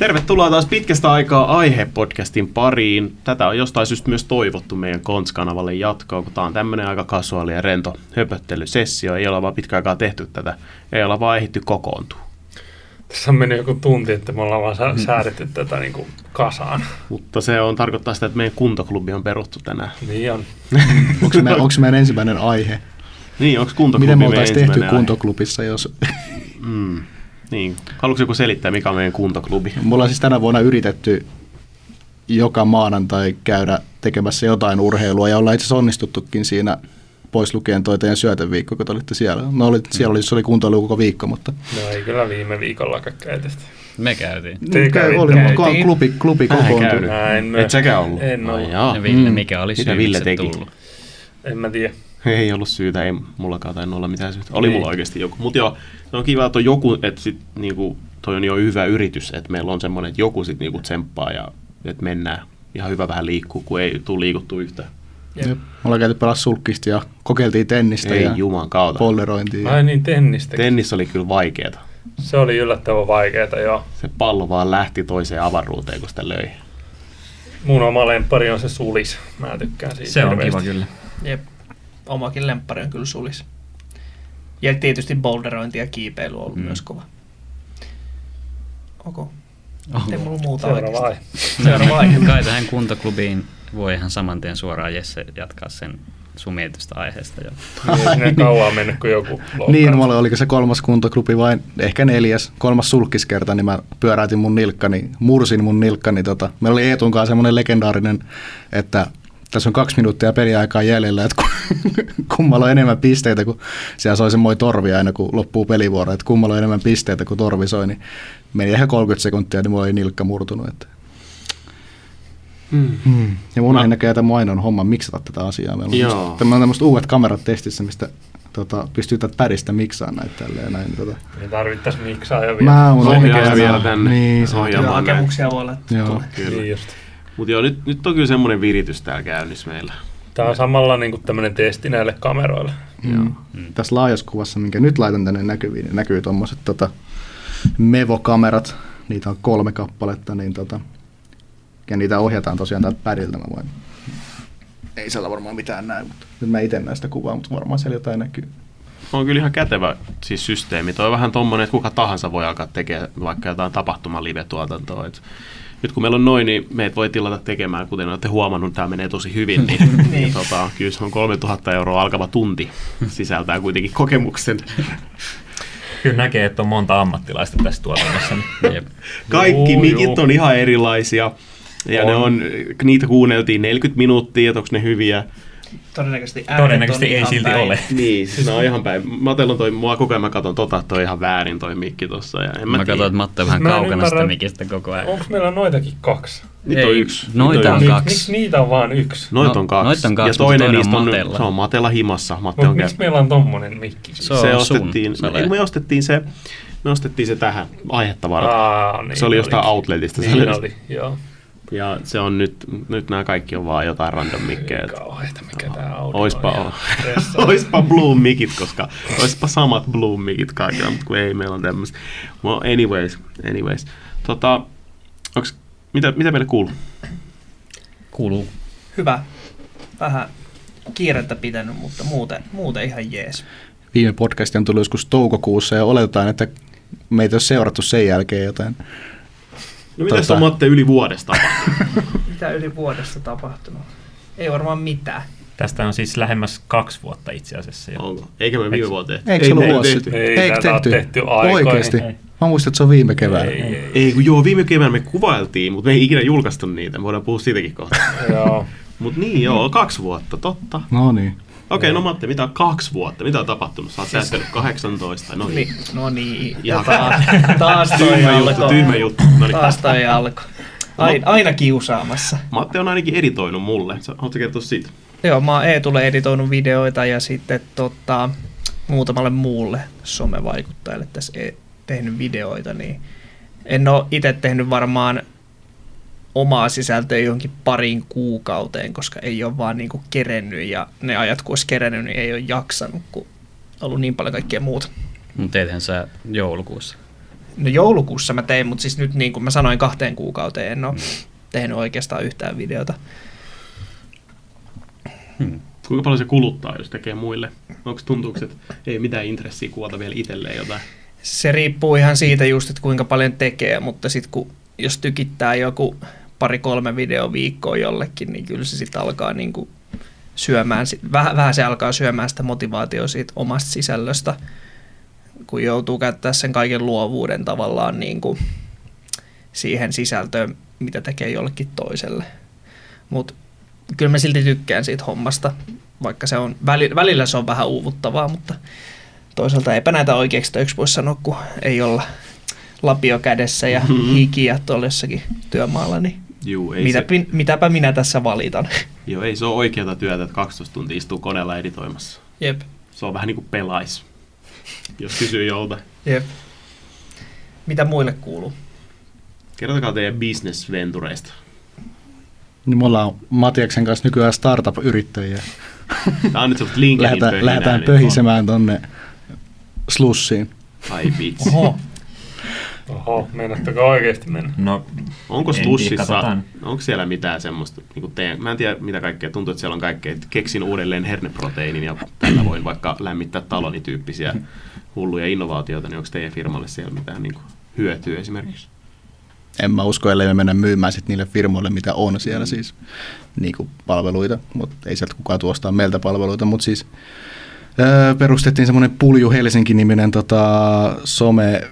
Tervetuloa taas pitkästä aikaa Aihe-podcastin pariin. Tätä on jostain syystä myös toivottu meidän Konts-kanavalle jatkoa, kun tämä on tämmöinen aika kasuaali ja rento höpöttelysessio. Ei olla vaan pitkä aikaa tehty tätä, ei olla vaan ehditty kokoontua. Tässä on mennyt joku tunti, että me ollaan vaan säädetty tätä niin kuin kasaan. Mutta se tarkoittaa sitä, että meidän kuntoklubi on peruttu tänään. Niin on. Onko meidän ensimmäinen aihe? Niin, onko kuntoklubi miten me meidän oltaisiin tehty ensimmäinen kuntoklubissa, jos... Niin. Haluatko joku selittää, mikä on meidän kuntoklubi? Mulla on siis tänä vuonna yritetty joka maanantai käydä tekemässä jotain urheilua, ja ollaan itse asiassa onnistuttukin siinä, pois lukien toi teidän syöteviikko, kun te olitte siellä. Se oli kuntoilu koko viikko, mutta... No ei kyllä viime viikollakaan käytöstä. Me käytiin. Klubi kokoontui. Et säkään ollut? En ole. Ja Ville, mikä oli syy, Ville teki? tullut? En mä tiedä. Ei ollut syytä, ei mullakaan tainnut olla mitään syytä. Oli mulla oikeasti joku. Mutta joo, se on kiva, että on joku, että sit, niinku, toi on jo hyvä yritys, että meillä on semmoinen, että joku sit niinku tsemppaa ja että mennään. Ihan hyvä vähän liikkuu, kun ei tule liikuttua yhtään. Me ollaan käyty pelaa sulkkista ja kokeiltiin tennistä ei ja juman kautta. pollerointia. Ai niin, tennistä. Tennis oli kyllä vaikeeta. Se oli yllättävän vaikeeta, joo. Se pallo vaan lähti toiseen avaruuteen, kun sitä löi. Mun oma lemppari on se sulis. Mä tykkään siitä. Se on kiva kyllä. Jep. Omakin lemppari on kyllä sulis. Ja tietysti boulderointi ja kiipeily on ollut myös kova. Ei mulla muuta oikeastaan. Seuraava aihe. Kai tähän kuntoklubiin voi ihan saman tien suoraan Jesse jatkaa sen sun mietitystä aiheesta jo. Ei kauan mennyt kuin joku loukkaan. Niin, mulla oliko se 3. kuntoklubi vai ehkä 4. 3. sulkkiskerta, niin mä pyöräytin mun nilkkani, mursin mun nilkkani. Meillä oli Eetun kanssa semmoinen legendaarinen, että tässä on 2 minuuttia peliaikaa jäljellä, että kummalla on enemmän pisteitä, kun siellä soi semmoinen torvi aina, kun loppuu pelivuoro, että kummalla on enemmän pisteitä, kun torvi soi, niin meni ihan 30 sekuntia, niin mulla ei nilkka murtunut. Että. Ja mun aina näkee tämän ainoan homman miksata tätä asiaa. Meillä on tämmöiset uudet kamerat testissä, mistä pystyy tätä päristä miksaamaan näitä tälleen. Näin, Ei tarvittaisi miksaa jo vielä. Ohjaa vielä tänne. Niin, hakemuksia voi olla. Joo. Kyllä. Niin just. Mutta joo, nyt on kyllä semmoinen viritys täällä käynnissä meillä. Tämä on samalla niin tämmöinen testi näille kameroille. Tässä laajassa kuvassa, minkä nyt laitan tänne näkyviin, niin näkyy tuommoiset Mevo-kamerat. Niitä on 3 kappaletta, niin ja niitä ohjataan tosiaan täältä päriltä. Ei siellä varmaan mitään näy, mutta nyt mä itse näen sitä kuvaa, mutta varmaan siellä jotain näkyy. On kyllä ihan kätevä siis systeemi. Toi on vähän tommonen, että kuka tahansa voi alkaa tekemään vaikka jotain tapahtuma-live-tuotantoa. Nyt kun meillä on noin, niin meitä voi tilata tekemään, kuten olette huomannut, tämä menee tosi hyvin. Niin, kyllä se on 3000 € alkava tunti, sisältää kuitenkin kokemuksen. Kyllä näkee, että on monta ammattilaista tässä tuotannossa. Kaikki mikit on ihan erilaisia. Ja niitä kuunneltiin 40 minuuttia, että onko ne hyviä. Todennäköisesti ei silti päin. ole. Niin, siis ne on ihan päin. Matella mua koko ajan mä katson että toi ihan väärin toi mikki tossa. Mä katson, että Matte on vähän kaukana sitä mikistä koko ajan. Onko meillä noitakin 2? Niitä on 1. Noita on 2. Miksi niitä on vaan 1? Noita on 2. Noita on 2, ja toinen niistä on Matella. Se on Matella himassa. Miksi meillä on tommonen mikki? Me ostettiin se tähän aihetta varten. Niin se oli jostain outletista. Niin oli, joo. Ja se on nyt nämä kaikki on vaan jotain random mikkejä. Kauheeta, mikä tää audio on. Oispa Bloom mikit, koska oispa samat Bloom mikit kaikilla, mutta kun ei, meillä on tämmöistä. Well, anyways. Mitä meille kuuluu? Kuuluu. Hyvä. Vähän kiirettä pitänyt, mutta muuten ihan jees. Viime podcasti on tullut joskus toukokuussa ja oletetaan, että meitä on seurattu sen jälkeen jotain. No mitäs on Matte yli vuodesta tapahtunut? Mitä yli vuodesta tapahtunut? Ei varmaan mitään. Tästä on siis lähemmäs 2 vuotta itse asiassa. Onko? Eikä me viime vuoteen tehty. Eikö se ollut vuosi sitten? Eikö tehty aikoihin? Oikeasti? Mä muistan, että se on viime keväänä. Ei kun joo, viime keväänä me kuvailtiin, mutta me ei ikinä julkaistu niitä. Me voidaan puhua siitäkin kohta. Joo. Mutta niin joo, 2 vuotta, totta. No niin. Okei, no Matte, mitä on 2 vuotta? Mitä on tapahtunut? Sä oot täyttänyt 18. No niin. Ja Taas toi alkoi. Tyhmä juttu. Taas toi alkoi. Aina kiusaamassa. Matte on ainakin editoinut mulle. Haluatko kertoa siitä? Joo, mä oon Eetulle editoinut videoita ja sitten muutamalle muulle somevaikuttajalle tässä tehnyt videoita. Niin en ole itse tehnyt varmaan omaa sisältöä johonkin 2 kuukauteen, koska ei ole vaan niinku kerennyt ja ne ajat kun olisi kerennyt, niin ei ole jaksanut, kun on ollut niin paljon kaikkea muuta. Mutta teethän sä joulukuussa. No joulukuussa mä tein, mutta siis nyt niin kuin mä sanoin 2 kuukauteen en ole tehnyt oikeastaan yhtään videota. Kuinka paljon se kuluttaa, jos tekee muille? Tuntuuko, että ei mitään intressiä kuvata vielä itselleen jotain? Se riippuu ihan siitä just, että kuinka paljon tekee, mutta sitten jos tykittää joku 2-3 video viikkoa jollekin, niin kyllä se sitten alkaa niin kuin syömään, vähän se alkaa syömään sitä motivaatiota siitä omasta sisällöstä, kun joutuu käyttää sen kaiken luovuuden tavallaan niin kuin siihen sisältöön, mitä tekee jollekin toiselle. Mutta kyllä mä silti tykkään siitä hommasta, vaikka se on, välillä se on vähän uuvuttavaa, mutta toisaalta eipä näitä oikeaksi töiksi voi sanoa, kun ei olla lapio kädessä ja hikiä tuolla jossakin työmaalla, niin Juu, mitäpä minä tässä valitan. Joo, ei se ole oikeata työtä, että 12 tuntia istuu koneella editoimassa. Jep. Se on vähän niin kuin pelais, jos kysyy jolta. Jep. Mitä muille kuuluu? Kertokaa teidän business-ventureista. Niin me ollaan Matiaksen kanssa nykyään startup-yrittäjiä. Tämä on nyt semmoista LinkedIn pöhinää. Lähdetään pöhisemään tonne slussiin. Ai vitsi. Oho, meinaatteko oikeasti mennä? No, onko slussissa, onko siellä mitään semmoista, niin mä en tiedä mitä kaikkea, tuntuu, että siellä on kaikkea, keksin uudelleen herneproteiinin ja tällä voin vaikka lämmittää taloni tyyppisiä hulluja innovaatioita, niin onko teidän firmalle siellä mitään niin kuin hyötyä esimerkiksi? En mä usko, ellei me mennä myymään sit niille firmoille, mitä on siellä siis niin kuin palveluita, mutta ei sieltä kukaan tuostaa meiltä palveluita, mutta siis perustettiin semmoinen Pulju Helsinki-niminen some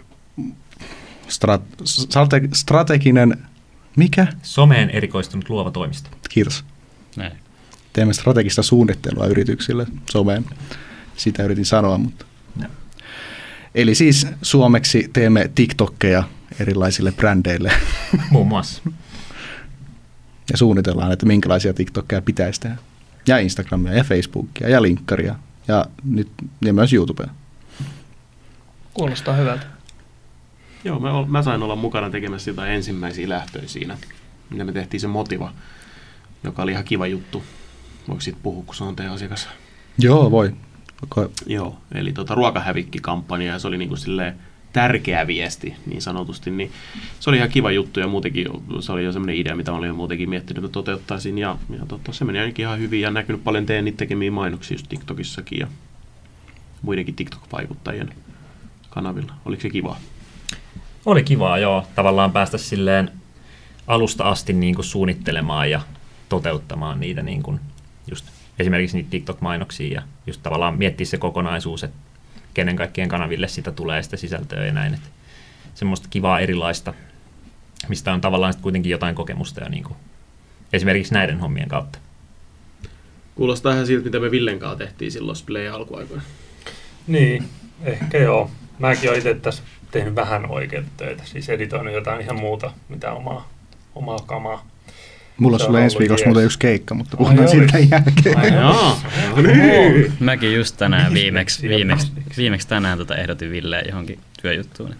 strateginen, mikä? Someen erikoistunut luova toimisto. Kiitos. Näin. Teemme strategista suunnittelua yrityksille someen. Sitä yritin sanoa, mutta... No. Eli siis suomeksi teemme TikTokkeja erilaisille brändeille. Muun muassa. Ja suunnitellaan, että minkälaisia TikTokkeja pitäisi tehdä. Ja Instagramia ja Facebookia ja linkkaria ja myös YouTubea. Kuulostaa hyvältä. Joo, mä sain olla mukana tekemässä jotain ensimmäisiä lähtöjä siinä, mitä me tehtiin se Motiva, joka oli ihan kiva juttu. Voiko siitä puhua, kun se on teidän asiakas? Joo, voi. Joo, eli ruokahävikki-kampanja, ja se oli niinku silleen tärkeä viesti niin sanotusti, niin se oli ihan kiva juttu, ja muutenkin se oli jo semmoinen idea, mitä mä olin muutenkin miettinyt, että toteuttaisin, ja se meni ainakin ihan hyvin, ja näkynyt paljon teidän niitä tekemiä mainoksia just TikTokissakin, ja muidenkin TikTok-vaikuttajien kanavilla. Oliko se kivaa? Oli kivaa, joo. Tavallaan päästä silleen alusta asti niin kuin suunnittelemaan ja toteuttamaan niitä niin kuin just esimerkiksi niitä TikTok-mainoksia ja just tavallaan miettiä se kokonaisuus, että kenen kaikkien kanaville sitä tulee sitä sisältöä ja näin. Että semmoista kivaa erilaista, mistä on tavallaan sitten kuitenkin jotain kokemusta ja niin kuin esimerkiksi näiden hommien kautta. Kuulostaa ihan siltä, mitä me Villen kanssa tehtiin silloin Play alkuaikoina. Niin, ehkä joo. Mäkin olen itse tässä tehnyt vähän oikeita töitä, siis editoinut jotain ihan muuta, mitä omaa kamaa. Mulla on sulle ensi viikossa muuten yksi keikka, mutta puhutaan siitä jälkeen. Mäkin just tänään viimeksi tänään ehdotin Villeen johonkin työjuttuun.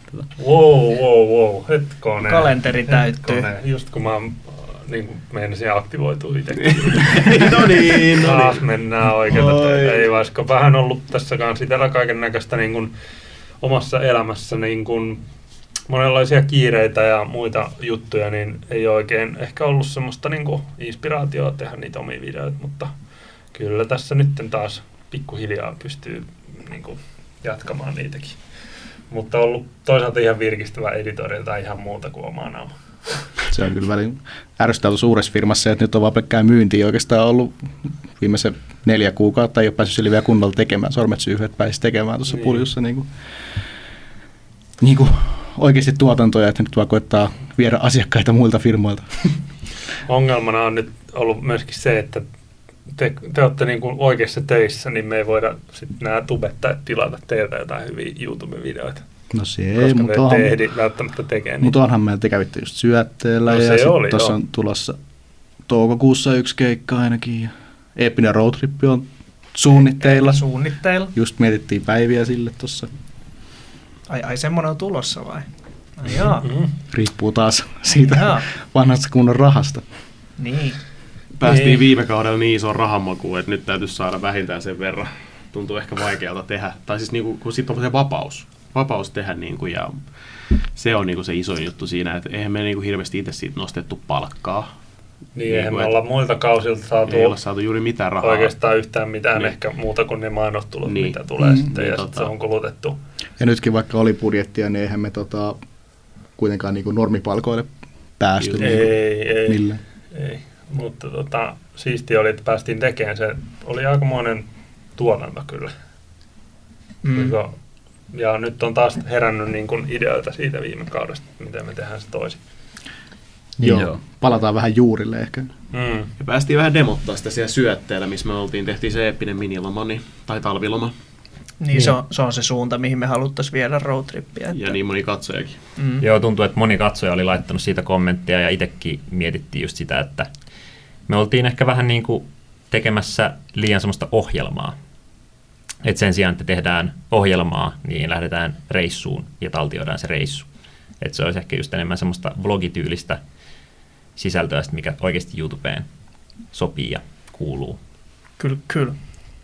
Wow, hetkonen. Kalenteri täyttyy. Just kun mä niin meinasin aktivoitua itsekin. No niin. Taas mennään oikealta töitä. Ei vaikka vähän ollut tässä kanssa itsellä kaiken näköistä niin kuin omassa elämässä niin kuin monenlaisia kiireitä ja muita juttuja, niin ei oikein ehkä ollut semmoista niin kuin inspiraatiota tehdä niitä omia videoita, mutta kyllä tässä nyt taas pikkuhiljaa pystyy niin kuin jatkamaan niitäkin. Mutta on ollut toisaalta ihan virkistävä editori tai ihan muuta kuin omaa naama. Se on kyllä välin ärsyttävä suuressa firmassa, että nyt on vaan pelkkää myyntiä oikeastaan ollut viimeisen 4 kuukautta, ei ole päässyt sille vielä kunnolla tekemään, sormet syyhyet pääsisi tekemään tuossa Puljussa niin kuin oikeasti tuotantoja, että nyt vaan koettaa viedä asiakkaita muilta firmoilta. Ongelmana on nyt ollut myöskin se, että te olette niin kuin oikeassa töissä, niin me ei voida sitten nämä tubettajat tilata teiltä jotain hyviä YouTube-videoita. No se ei, mutta te ehdi välttämättä tekee niitä. Mutta onhan meillä te kävitte just syötteellä ja sitten tuossa on tulossa toukokuussa 1 keikka ainakin. Ja Eeppinen roadtrip on suunnitteilla. Just mietittiin päiviä sille tuossa. Ai semmoinen on tulossa vai? Jaa. Riippuu taas siitä vanhasta kunnon rahasta. Niin. Päästiin viime kaudella niin isoon rahanmakuun, että nyt täytyisi saada vähintään sen verran. Tuntuu ehkä vaikealta tehdä. Tai siis niin kun sitten on se vapaus. vapaus tehdä niin kuin, ja se on niin kuin se isoin juttu siinä, että eihän me niin kuin hirveästi itse siitä nostettu palkkaa. Niin, eihän me olla muilta kausilta saatu juuri mitään rahaa. Oikeastaan yhtään mitään, ehkä muuta kuin ne mainostulot, mitä tulee sitten, ja sitten se on kulutettu. Ja nytkin vaikka oli budjettia, niin eihän me kuitenkaan niin kuin normipalkoille päästy. Ei. Mutta siistiä oli, että päästiin tekemään. Se oli aikamoinen tuotanto kyllä. Ja nyt on taas herännyt niin kuin ideoita siitä viime kaudesta, miten me tehdään se toisin. Joo. Palataan vähän juurille ehkä. Ja päästiin vähän demottaa sitä siellä syötteellä, missä me tehtiin se eeppinen miniloma tai talviloma. Niin, se on se suunta, mihin me haluttaisiin viedä roadtrippiä. Ja niin moni katsojakin. Joo, tuntuu, että moni katsoja oli laittanut siitä kommenttia ja itsekin mietittiin just sitä, että me oltiin ehkä vähän niin kuin tekemässä liian semmoista ohjelmaa. Että sen sijaan, että tehdään ohjelmaa, niin lähdetään reissuun ja taltioidaan se reissu. Että se olisi ehkä just enemmän semmoista vlogityylistä sisältöä, mikä oikeasti YouTubeen sopii ja kuuluu. Kyllä.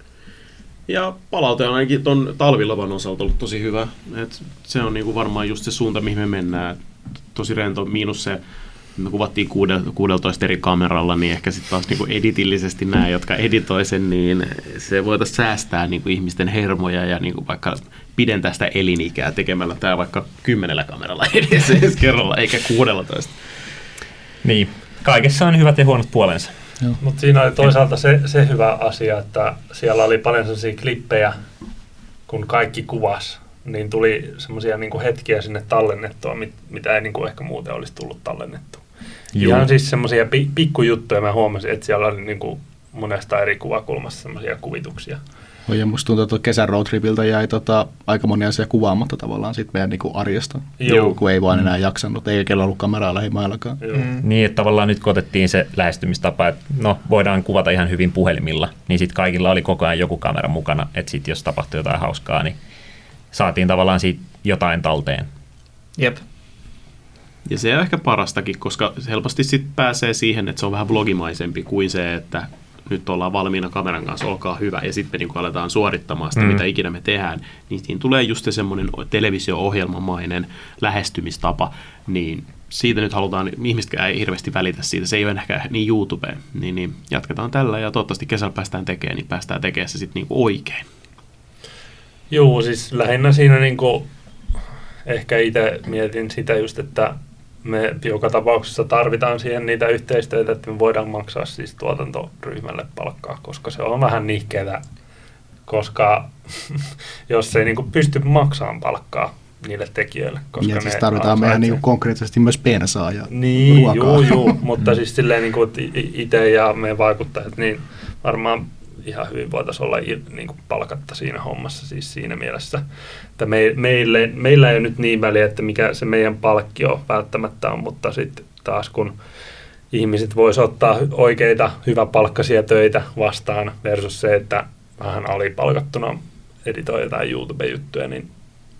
Ja palaute on ainakin tuon talvilovan osalta ollut tosi hyvä. Et se on niinku varmaan just se suunta, mihin me mennään. Tosi rento, miinus se, me kuvattiin 16 eri kameralla, niin ehkä sitten taas niinku editillisesti nämä, jotka editoi sen, niin se voitaisiin säästää niinku ihmisten hermoja ja niinku vaikka pidentää sitä elinikää tekemällä tämä vaikka 10 kameralla edessä ensi kerralla, eikä 16. Niin, kaikessa on hyvät ja huonot puolensa. Mutta siinä oli toisaalta se hyvä asia, että siellä oli paljon sellaisia klippejä, kun kaikki kuvasi, niin tuli semmoisia niinku hetkiä sinne tallennettua, mitä ei niinku ehkä muuten olisi tullut tallennettua. Ihan siis semmoisia pikkujuttuja, mä huomasin, että siellä oli niinku monesta eri kuvakulmasta semmoisia kuvituksia. Ja musta tuntuu, että kesän roadtripiltä jäi aika moni asia kuvaamatta tavallaan sit meidän niinku arjesta, kun ei vaan enää jaksanut, eikä kello ollut kameraa lähimaillakaan. Niin, että tavallaan nyt kun otettiin se lähestymistapa, että voidaan kuvata ihan hyvin puhelimilla, niin sitten kaikilla oli koko ajan joku kamera mukana, että sitten jos tapahtui jotain hauskaa, niin saatiin tavallaan siitä jotain talteen. Jep. Ja se on ehkä parastakin, koska helposti sitten pääsee siihen, että se on vähän vlogimaisempi kuin se, että nyt ollaan valmiina kameran kanssa, olkaa hyvä, ja sitten me niin aletaan suorittamaan sitä, mitä ikinä me tehdään, niin siinä tulee just se semmoinen televisio-ohjelmamainen lähestymistapa, niin siitä nyt halutaan, ihmisetkään ei hirveästi välitä siitä, se ei ole ehkä niin YouTubeen, niin jatketaan tällä, ja toivottavasti kesällä päästään tekemään, niin päästään tekemään se sitten niin oikein. Joo, siis lähinnä siinä niinku, ehkä itse mietin sitä just, että me joka tapauksessa tarvitaan siihen niitä yhteistyötä, että me voidaan maksaa siis tuotantoryhmälle palkkaa, koska se on vähän nihkeetä, koska jos ei niinku pysty maksamaan palkkaa niille tekijöille. Koska ja siis tarvitaan meidän niinku konkreettisesti myös bensaa ja ruokaa. Joo, mutta siis silleen niinku itse ja meidän vaikuttajat, niin varmaan ihan hyvin voitaisiin olla niin kuin palkatta siinä hommassa siis siinä mielessä, että meillä ei ole nyt niin väliä, että mikä se meidän palkkio välttämättä on, mutta sitten taas kun ihmiset voisi ottaa oikeita hyväpalkkaisia töitä vastaan versus se, että vähän alipalkattuna editoi jotain YouTube-juttuja, niin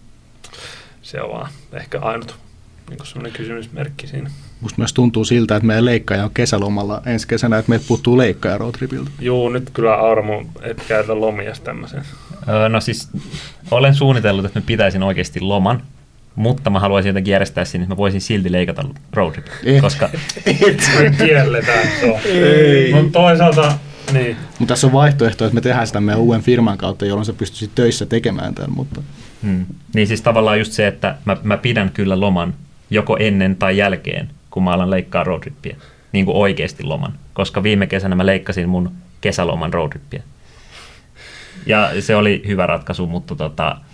se on vaan ehkä ainut niin sellainen kysymysmerkki siinä. Musta myös tuntuu siltä, että meidän leikkaaja on kesälomalla ensi kesänä, että meiltä puuttuu leikkaaja roadtripiltä. Joo, nyt kyllä Auramo, et käytä lomia tämmöisen. No siis olen suunnitellut, että mä pitäisin oikeasti loman, mutta mä haluaisin jotenkin järjestää sinne, että mä voisin silti leikata roadtripia, koska me kielletään se. Mutta toisaalta niin. Mutta tässä on vaihtoehto, että me tehdään sitä meidän uuden firman kautta, jolloin sä pystyisit töissä tekemään tämän, mutta Niin siis tavallaan just se, että mä pidän kyllä loman joko ennen tai jälkeen, kun mä alan leikkaa roadtrippiä. Niin kuin oikeasti loman. Koska viime kesänä mä leikkasin mun kesäloman roadtrippiä. Ja se oli hyvä ratkaisu, mutta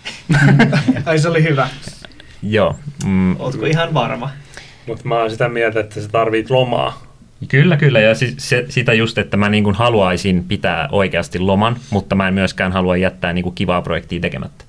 Ai se oli hyvä. Joo. Ootko ihan varma? Mutta mä oon sitä mieltä, että sä tarvit lomaa. Kyllä. Ja sitä just, että mä niin kuin haluaisin pitää oikeasti loman, mutta mä en myöskään halua jättää niin kuin kivaa projektia tekemättä.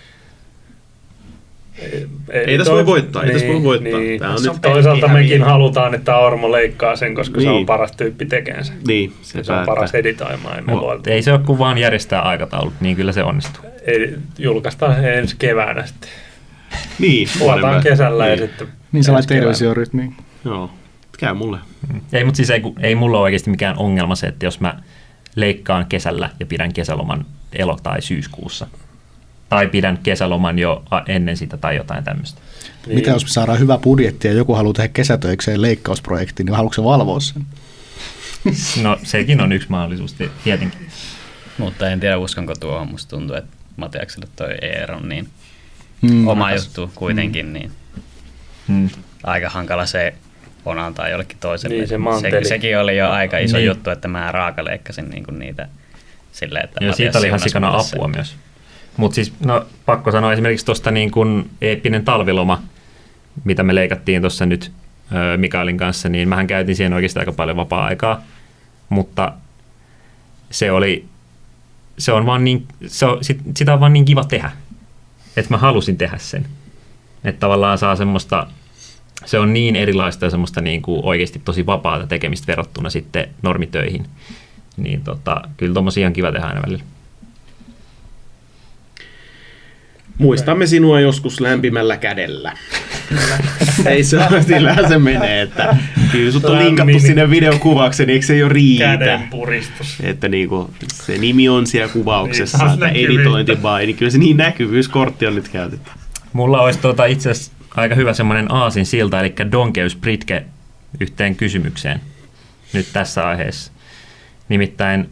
Ei tässä voi voittaa. Niin. Toisaalta mekin halutaan, että Auramo leikkaa sen, koska se on paras tyyppi tekemään sen. Niin, se on paras editoimaan. Ei se ole kuin vaan järjestää aikataulut, niin kyllä se onnistuu. Julkaistaan ensi keväänä sitten. Niin, puhutaan kesällä niin. Ja sitten niin sellainen televisiorytmi. Joo, käy mulle. Ei, mutta siis ei mulla ole oikeasti mikään ongelma se, että jos mä leikkaan kesällä ja pidän kesäloman elo- tai syyskuussa. tai pidän kesäloman jo ennen sitä tai jotain tämmöistä. Niin. Mitä jos me saadaan hyvä budjetti ja joku haluaa tehdä kesätöikseen leikkausprojekti, niin haluatko se valvoa sen? No sekin on yksi mahdollisuus tietenkin. Mutta en tiedä, uskonko tuohon. Musta tuntuu, että Matiakselle toi ER on niin oma juttu kuitenkin, niin aika hankala se on antaa jollekin toiselle. Niin, sekin oli jo aika iso juttu, että mä raakaleikkasin niinku niitä silleen, että ja siitä oli ihan sikana apua myös. Mutta siis pakko sanoa esimerkiksi tuosta niin kuin eeppinen talviloma, mitä me leikattiin tuossa nyt Mikaelin kanssa, niin mähän käytin siihen oikeasti aika paljon vapaa-aikaa, mutta sitä on vaan niin kiva tehdä, että mä halusin tehdä sen. Että tavallaan saa semmoista, se on niin erilaista ja semmoista niin kuin oikeasti tosi vapaata tekemistä verrattuna sitten normitöihin. Niin kyllä tommosia on kiva tehdä aina välillä. Muistamme sinua joskus lämpimällä kädellä. Ei se ole, sillähän se menee, että kyllä sut on linkattu sinne videokuvaukseen, eikö se jo riitä? Kädenpuristus. Että niinku, se nimi on siellä kuvauksessa, niin, että editointi by, niin kyllä se niin näkyvyyskortti on nyt käytetty. Mulla olisi itse asiassa aika hyvä semmoinen aasinsilta, eli Donkeus Britke yhteen kysymykseen nyt tässä aiheessa. Nimittäin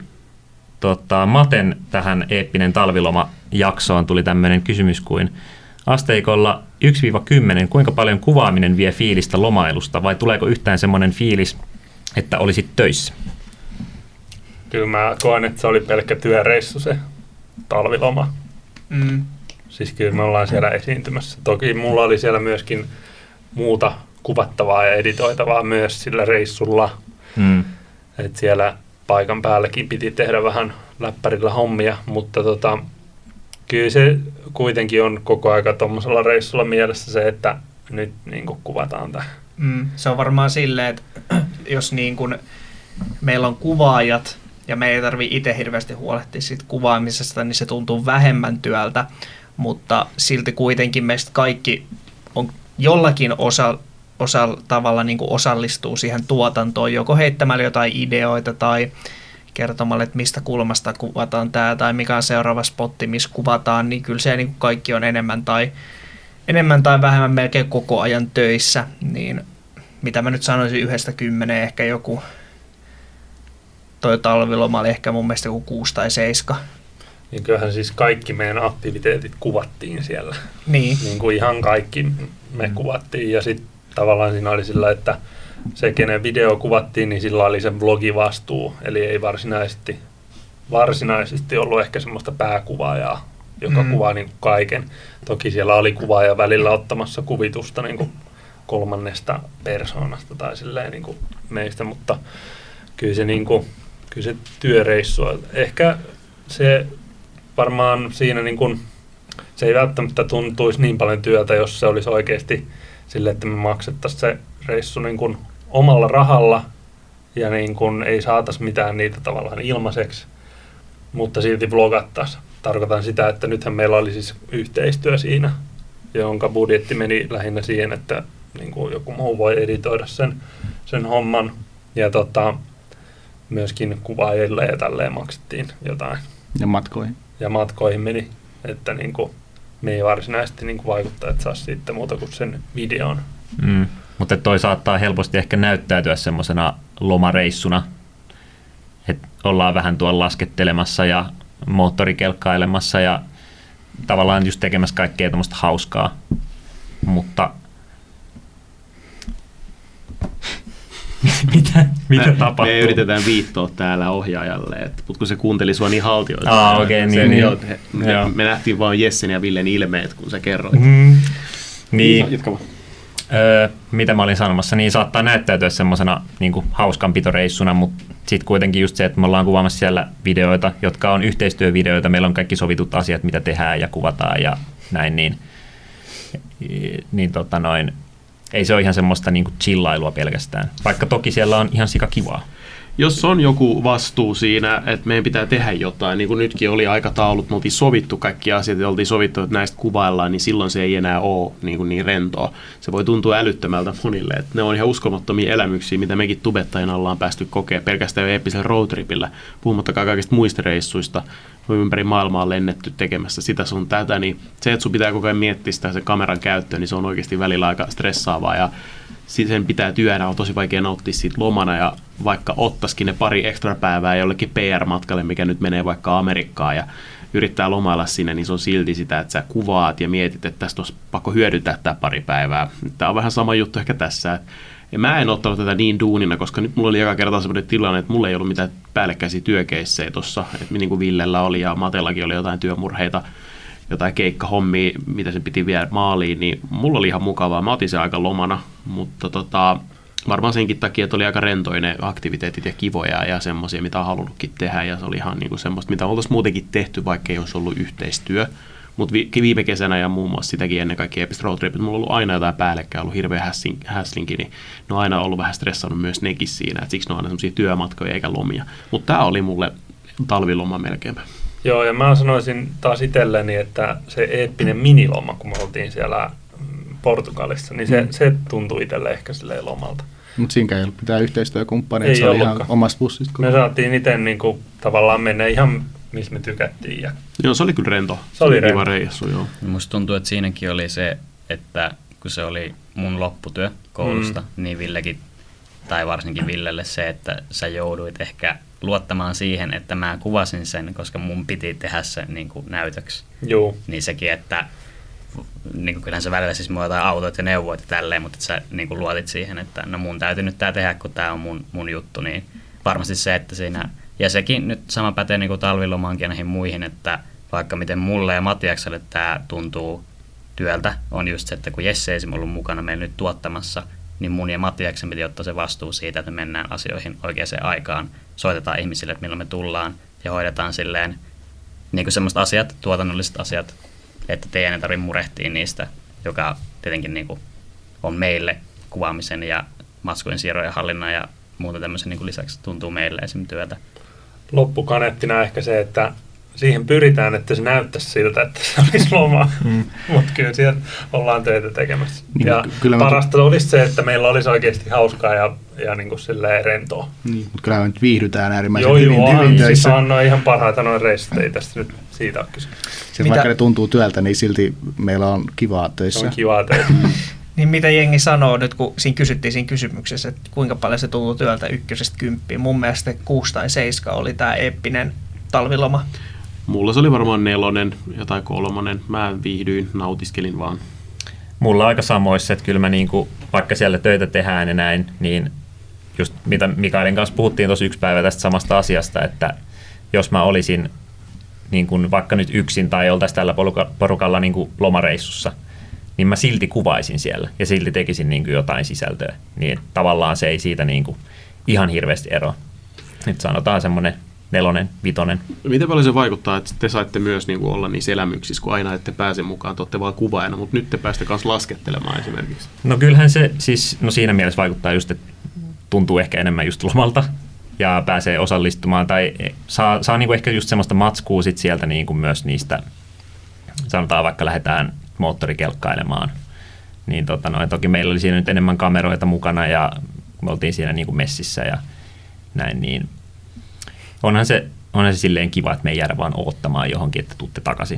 Maten tähän eeppinen talviloma-jaksoon tuli tämmöinen kysymys kuin asteikolla 1-10, kuinka paljon kuvaaminen vie fiilistä lomailusta, vai tuleeko yhtään semmoinen fiilis, että olisit töissä? Kyllä mä koen, että se oli pelkkä työreissu se talviloma. Siis kyllä me ollaan siellä esiintymässä. Toki mulla oli siellä myöskin muuta kuvattavaa ja editoitavaa myös sillä reissulla. Että siellä paikan päälläkin piti tehdä vähän läppärillä hommia, mutta kyllä se kuitenkin on koko aika tuommoisella reissulla mielessä se, että nyt niin kuin kuvataan tämä. Se on varmaan silleen, että jos niin kuin meillä on kuvaajat ja me ei tarvitse itse hirveästi huolehtia siitä kuvaamisesta, niin se tuntuu vähemmän työltä, mutta silti kuitenkin meistä kaikki on jollakin osalla tavalla niin kuin osallistuu siihen tuotantoon, joko heittämällä jotain ideoita tai kertomalla, että mistä kulmasta kuvataan tämä tai mikä on seuraava spotti, missä kuvataan, niin kyllä se niin kuin kaikki on enemmän tai vähemmän melkein koko ajan töissä, niin mitä mä nyt sanoisin 1-10, ehkä joku toi talviloma oli ehkä mun mielestä joku 6 tai 7. Niin kyllähän siis kaikki meidän aktiviteetit kuvattiin siellä. Niin kuin ihan kaikki me kuvattiin ja sitten tavallaan siinä oli sillä, että se, kenen video kuvattiin, niin sillä oli se vlogivastuu, eli ei varsinaisesti ollut ehkä semmoista pääkuvaajaa, joka kuvaa niin kuin kaiken. Toki siellä oli kuvaaja välillä ottamassa kuvitusta niin kuin 3. persoonasta tai silleen niin kuin meistä, mutta kyllä se työreissu, ehkä se varmaan siinä niin kuin, se ei välttämättä tuntuisi niin paljon työtä, jos se olisi oikeasti sille, että me maksettaisiin se reissu niin kuin omalla rahalla ja niin kuin ei saataisi mitään niitä tavallaan ilmaiseksi, mutta silti vlogattaisiin. Tarkoitan sitä, että nythän meillä oli siis yhteistyö siinä, jonka budjetti meni lähinnä siihen, että niin kuin joku muu voi editoida sen homman ja myöskin kuvaajille ja tälleen maksettiin jotain. Ja matkoihin meni, että niin kuin me ei varsinaisesti niin kuin vaikuttajat saa sitten muuta kuin sen videon. Mutta toi saattaa helposti ehkä näyttäytyä semmoisena lomareissuna, että ollaan vähän tuolla laskettelemassa ja moottorikelkkailemassa ja tavallaan just tekemässä kaikkea tämmöistä hauskaa, mutta mitä tapahtuu? Me yritetään viittoa täällä ohjaajalle, mutta kun se kuunteli sua niin haltioita. Me nähtiin vaan Jessen ja Villen ilmeet, kun sä kerroit. Niin. Mitä mä olin sanomassa, niin saattaa näyttäytyä semmoisena niin kuin hauskanpitoreissuna, mutta sitten kuitenkin just se, että me ollaan kuvaamassa siellä videoita, jotka on yhteistyövideoita, meillä on kaikki sovitut asiat, mitä tehdään ja kuvataan ja näin, niin ei se ole ihan semmoista niin kuin chillailua pelkästään, vaikka toki siellä on ihan sika kivaa. jos on joku vastuu siinä, että meidän pitää tehdä jotain, niin kuin nytkin oli aikataulut, me oltiin sovittu kaikki asiat ja oltiin sovittu, että näistä kuvaillaan, niin silloin se ei enää ole niin rentoa. Se voi tuntua älyttömältä monille, että ne on ihan uskomattomia elämyksiä, mitä mekin tubettajina ollaan päästy kokea pelkästään eeppisellä roadtripillä, puhumattakaan kaikista muista reissuista, ympäri maailmaa lennetty tekemässä sitä sun tätä, niin se, että sun pitää koko ajan miettiä sitä sen kameran käyttöön, niin se on oikeasti välillä aika stressaavaa ja sen pitää työnä, on tosi vaikea nauttia siitä lomana ja vaikka ottaisikin ne pari ekstra päivää jollekin PR-matkalle, mikä nyt menee vaikka Amerikkaan ja yrittää lomailla sinne, niin se on silti sitä, että sä kuvaat ja mietit, että tästä olisi pakko hyödyntää tämä pari päivää. Tämä on vähän sama juttu ehkä tässä. Ja mä en ottanut tätä niin duunina, koska nyt mulla oli joka kerta sellainen tilanne, että mulla ei ollut mitään päällekkäisiä työkeissejä tuossa, että niin kuin Villellä oli ja Matellakin oli jotain työmurheita, jotain keikkahommia, mitä se piti viedä maaliin, niin mulla oli ihan mukavaa. Mä otin sen aika lomana, mutta varmaan senkin takia, että oli aika rentoja ne aktiviteetit ja kivoja ja semmoisia, mitä on halunnutkin tehdä. Ja se oli ihan niin kuin semmoista, mitä oltaisiin muutenkin tehty, vaikka ei olisi ollut yhteistyö. Mutta viime kesänä ja muun muassa sitäkin ennen kaikkea epic road tripit, mulla on ollut aina jotain päällekkäin, ollut hirveä häslinki, niin ne on aina ollut vähän stressannut myös nekin siinä. Et siksi ne on aina semmoisia työmatkoja eikä lomia. Mutta tämä oli mulle talviloma melkeinpä. Joo, ja mä sanoisin taas itselleni, että se eeppinen miniloma, kun me oltiin siellä Portugalissa, niin se tuntui itselle ehkä silleen lomalta. Mutta siinäkään ei ollut mitään yhteistyökumppaneita, se oli ihan omasta bussista. Me saatiin itse niinku, tavallaan mennä ihan, missä me tykättiin. Ja joo, se oli kyllä rento. Se oli kiva reissu, joo. Musta tuntuu, että siinäkin oli se, että kun se oli mun lopputyö koulusta, niin Villekin, tai varsinkin Villelle se, että sä jouduit ehkä luottamaan siihen, että mä kuvasin sen, koska mun piti tehdä sen niin kuin näytöksi. Joo. Niin sekin, että niin kuin kyllähän sä välillä siis mua jotain autoit ja neuvoit ja tälleen, mutta sä niin kuin luotit siihen, että no mun täytyy nyt tää tehdä, kun tää on mun juttu, niin varmasti se, että siinä, ja sekin nyt sama pätee niin kuin talvilomaankin ja näihin muihin, että vaikka miten mulle ja Matiakselle tää tuntuu työltä, on just se, että kun Jesse ei ollut mukana meillä nyt tuottamassa, niin mun ja Matiaksen piti ottaa se vastuu siitä, että me mennään asioihin oikeaan aikaan, soitetaan ihmisille, että milloin me tullaan ja hoidetaan silleen niin kuin semmoiset asiat, tuotannolliset asiat, että teidän ei tarvitse murehtia niistä, joka tietenkin niin kuin on meille kuvaamisen ja matskujen siirron ja hallinnan ja muuta tämmöisen niin kuin lisäksi tuntuu meille esim. Työtä. Loppukaneettina ehkä se, että siihen pyritään, että se näyttäisi siltä, että se olisi loma, mutta kyllä siellä ollaan töitä tekemässä. Niin, ja parasta olisi se, että meillä olisi oikeasti hauskaa ja niin kuin silleen rentoa. Niin, mutta kyllä me nyt viihdytään äärimmäisen hyvin töissä. Siis on ihan parhaita noin reissut, ei tästä nyt siitä ole kyse. Vaikka ne tuntuu työltä, niin silti meillä on kivaa töissä. Se on kivaa töissä. Niin mitä jengi sanoo nyt, kun siinä kysyttiin siinä kysymyksessä, että kuinka paljon se tuntuu työltä 1–10. Mun mielestä 6 tai 7 oli tämä eeppinen talviloma. Mulla se oli varmaan 4 ja tai 3. Mä viihdyin, nautiskelin vaan. Mulla on aika samoissa, että kyllä mä niinku, vaikka siellä töitä tehdään ja näin, niin just mitä Mikaelin kanssa puhuttiin tuossa yksi päivä tästä samasta asiasta, että jos mä olisin niin kuin vaikka nyt yksin tai oltaisiin tällä porukalla niin kuin lomareissussa, niin mä silti kuvaisin siellä ja silti tekisin niin kuin jotain sisältöä. Niin tavallaan se ei siitä niin kuin ihan hirveästi eroa. Nyt sanotaan semmoinen 4, 5. Miten paljon se vaikuttaa, että te saitte myös niin kuin olla niissä elämyksissä, kun aina ette pääse mukaan, te olette vaan kuvaajana, mutta nyt te päästä myös laskettelemaan esimerkiksi? No kyllähän se siis, no siinä mielessä vaikuttaa just, että tuntuu ehkä enemmän just lomalta ja pääsee osallistumaan tai saa niin kuin ehkä just semmoista matskua sit sieltä niin kuin myös niistä, sanotaan vaikka lähdetään moottorikelkkailemaan, niin toki meillä oli siinä nyt enemmän kameroita mukana ja me oltiin siinä niin kuin messissä ja näin, niin onhan se silleen kiva, että me ei jäädä vaan odottamaan johonkin, että tuutte takaisin.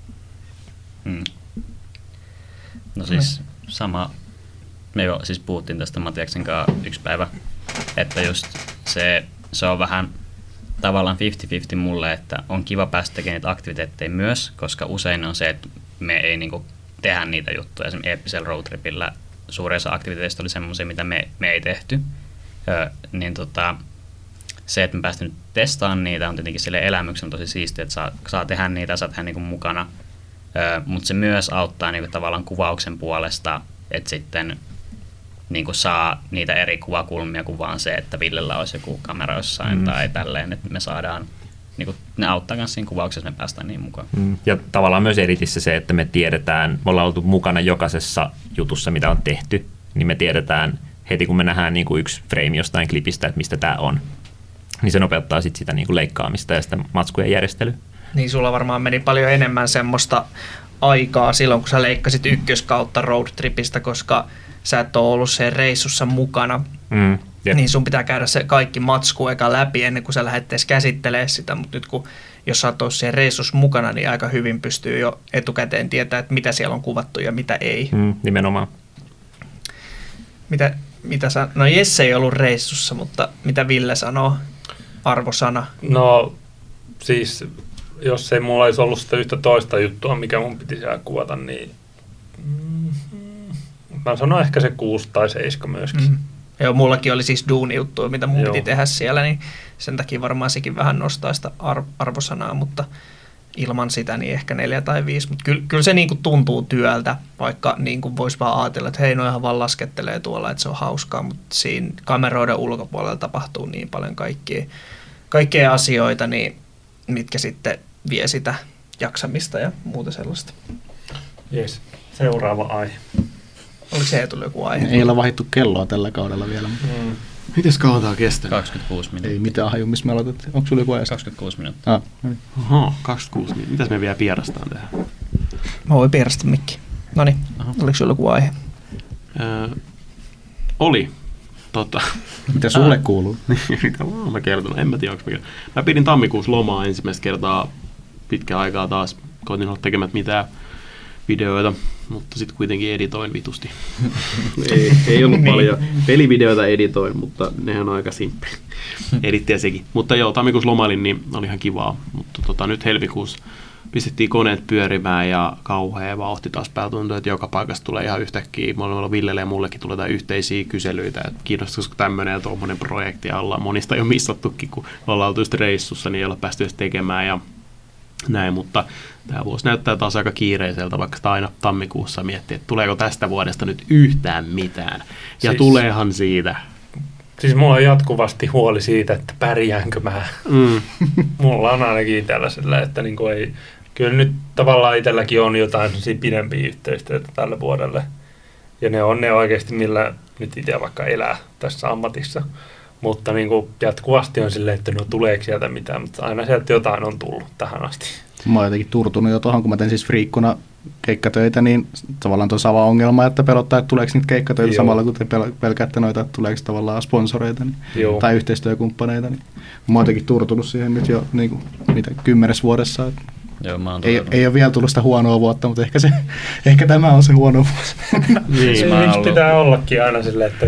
No siis sama, me jo siis puhuttiin tästä Matiaksen kanssa yksi päivä, että just se on vähän tavallaan 50-50 mulle, että on kiva päästä tekemään niitä aktiviteetteja myös, koska usein on se, että me ei niinku tehdä niitä juttuja. Esimerkiksi eeppisellä roadtripillä suurin osa aktiviteetista oli semmoisia, mitä me ei tehty. Niin se, että me päästään nyt testaamaan niitä, on tietenkin sille elämyksen tosi siistiä, että saa tehdä niitä, saa tehdä niinku mukana. Mutta se myös auttaa niinku tavallaan kuvauksen puolesta, että sitten niinku saa niitä eri kuvakulmia kuin vaan se, että Villellä olisi joku kamera jossain tai tälleen, että me saadaan, niinku, ne auttaa myös siinä kuvauksessa, me päästään niin mukaan. Ja tavallaan myös editissä se, että me tiedetään, me ollaan oltu mukana jokaisessa jutussa, mitä on tehty, niin me tiedetään heti, kun me nähdään niinku yksi frame jostain klipistä, että mistä tämä on. niin se nopeuttaa sit sitä niin kuin leikkaamista ja sitä matskujen järjestelyä. Niin sulla varmaan meni paljon enemmän semmoista aikaa silloin, kun sä leikkasit ykköskautta roadtripistä, koska sä et ole ollut sen reissussa mukana. Niin sun pitää käydä se kaikki matsku eka läpi ennen kuin sä lähdet edes käsittelemään sitä, mutta nyt kun jos sä oot ollut siellä reissussa mukana, niin aika hyvin pystyy jo etukäteen tietää, että mitä siellä on kuvattu ja mitä ei. Nimenomaan. Mitä no Jesse ei ollut reissussa, mutta mitä Ville sanoo? Arvosana. No siis, jos ei mulla olisi ollut sitä yhtä toista juttua, mikä mun piti siellä kuvata, niin mä sanon ehkä se 6 tai 7 myöskin. Joo, mullakin oli siis duuni-juttuja, mitä mun piti tehdä siellä, niin sen takia varmaan sekin vähän nostaa sitä arvosanaa, mutta ilman sitä niin ehkä 4 tai 5. Mutta kyllä se niin kuin tuntuu työltä, vaikka niin kuin voisi vaan ajatella, että hei, noihan vaan laskettelee tuolla, että se on hauskaa, mutta siinä kameroiden ulkopuolella tapahtuu niin paljon kaikkea asioita, niin mitkä sitten vie sitä jaksamista ja muuta sellaista. Jes, seuraava aihe. Oliko se tullut joku aihe? Ei ole vaihdettu kelloa tällä kaudella vielä. Mites kauan tää on kestänyt? 26 minuuttia. Ei mitään haju, missä me aloitettiin. Onko sulla joku ajan? 26 minuuttia. Oho, 26 minuuttia. Mitäs me vielä pierastaan tähän? Mä voin pierasta mikki. Noniin, oliko sulla joku aihe? Oli. Mitä sulle kuuluu? Mitä vaan mä kertonut, en mä tiedä, onko mä pidin tammikuussa lomaa ensimmäistä kertaa pitkän aikaa taas. Koitin olla tekemättä mitään videoita, mutta sitten kuitenkin editoin vitusti. ei ollut paljon pelivideoita editoin, mutta nehän on aika simppeli. Edittiä sekin. Mutta joo, tammikuussa lomailin, niin oli ihan kivaa. Mutta nyt helmikuussa pistettiin koneet pyörimään ja kauhea vauhti taas päällä. Tuntuu, että joka paikasta tulee ihan yhtäkkiä. Mulla Villelle ja mullekin tulee jotain yhteisiä kyselyitä, että kiinnostaisiko tämmöinen ja tuommoinen projekti. Ja ollaan monista jo missattukin, kun ollaan oltu just reissussa, niin ei olla päästy edes tekemään ja näin, mutta tämä vuosi näyttää taas aika kiireiseltä, vaikka sitä aina tammikuussa miettii, että tuleeko tästä vuodesta nyt yhtään mitään. Ja siis, tuleehan siitä. Siis mulla on jatkuvasti huoli siitä, että pärjäänkö mä. Mulla on ainakin tällaisella, että niinku ei, kyllä nyt tavallaan itselläkin on jotain pidempiä yhteistyötä tälle vuodelle. Ja ne on ne oikeasti, millä nyt itse vaikka elää tässä ammatissa. Mutta niin kuin jatkuvasti on silleen, että no tuleeko sieltä mitään, mutta aina sieltä jotain on tullut tähän asti. Mä oon jotenkin turtunut jo tuohon, kun mä teen siis friikkuna keikkatöitä, niin tavallaan tuo sama ongelma, että pelottaa, että tuleeko niitä keikkatöitä samalla, kun te pelkäätte noita, että tuleeko tavallaan sponsoreita niin, tai yhteistyökumppaneita. Niin. Mä oon jotenkin turtunut siihen nyt jo niin kuin, 10 vuodessa. Joo, ei ole vielä tullut sitä huonoa vuotta, mutta ehkä tämä on se huono vuosi. Niin, miksi pitää ollakin aina silleen, että...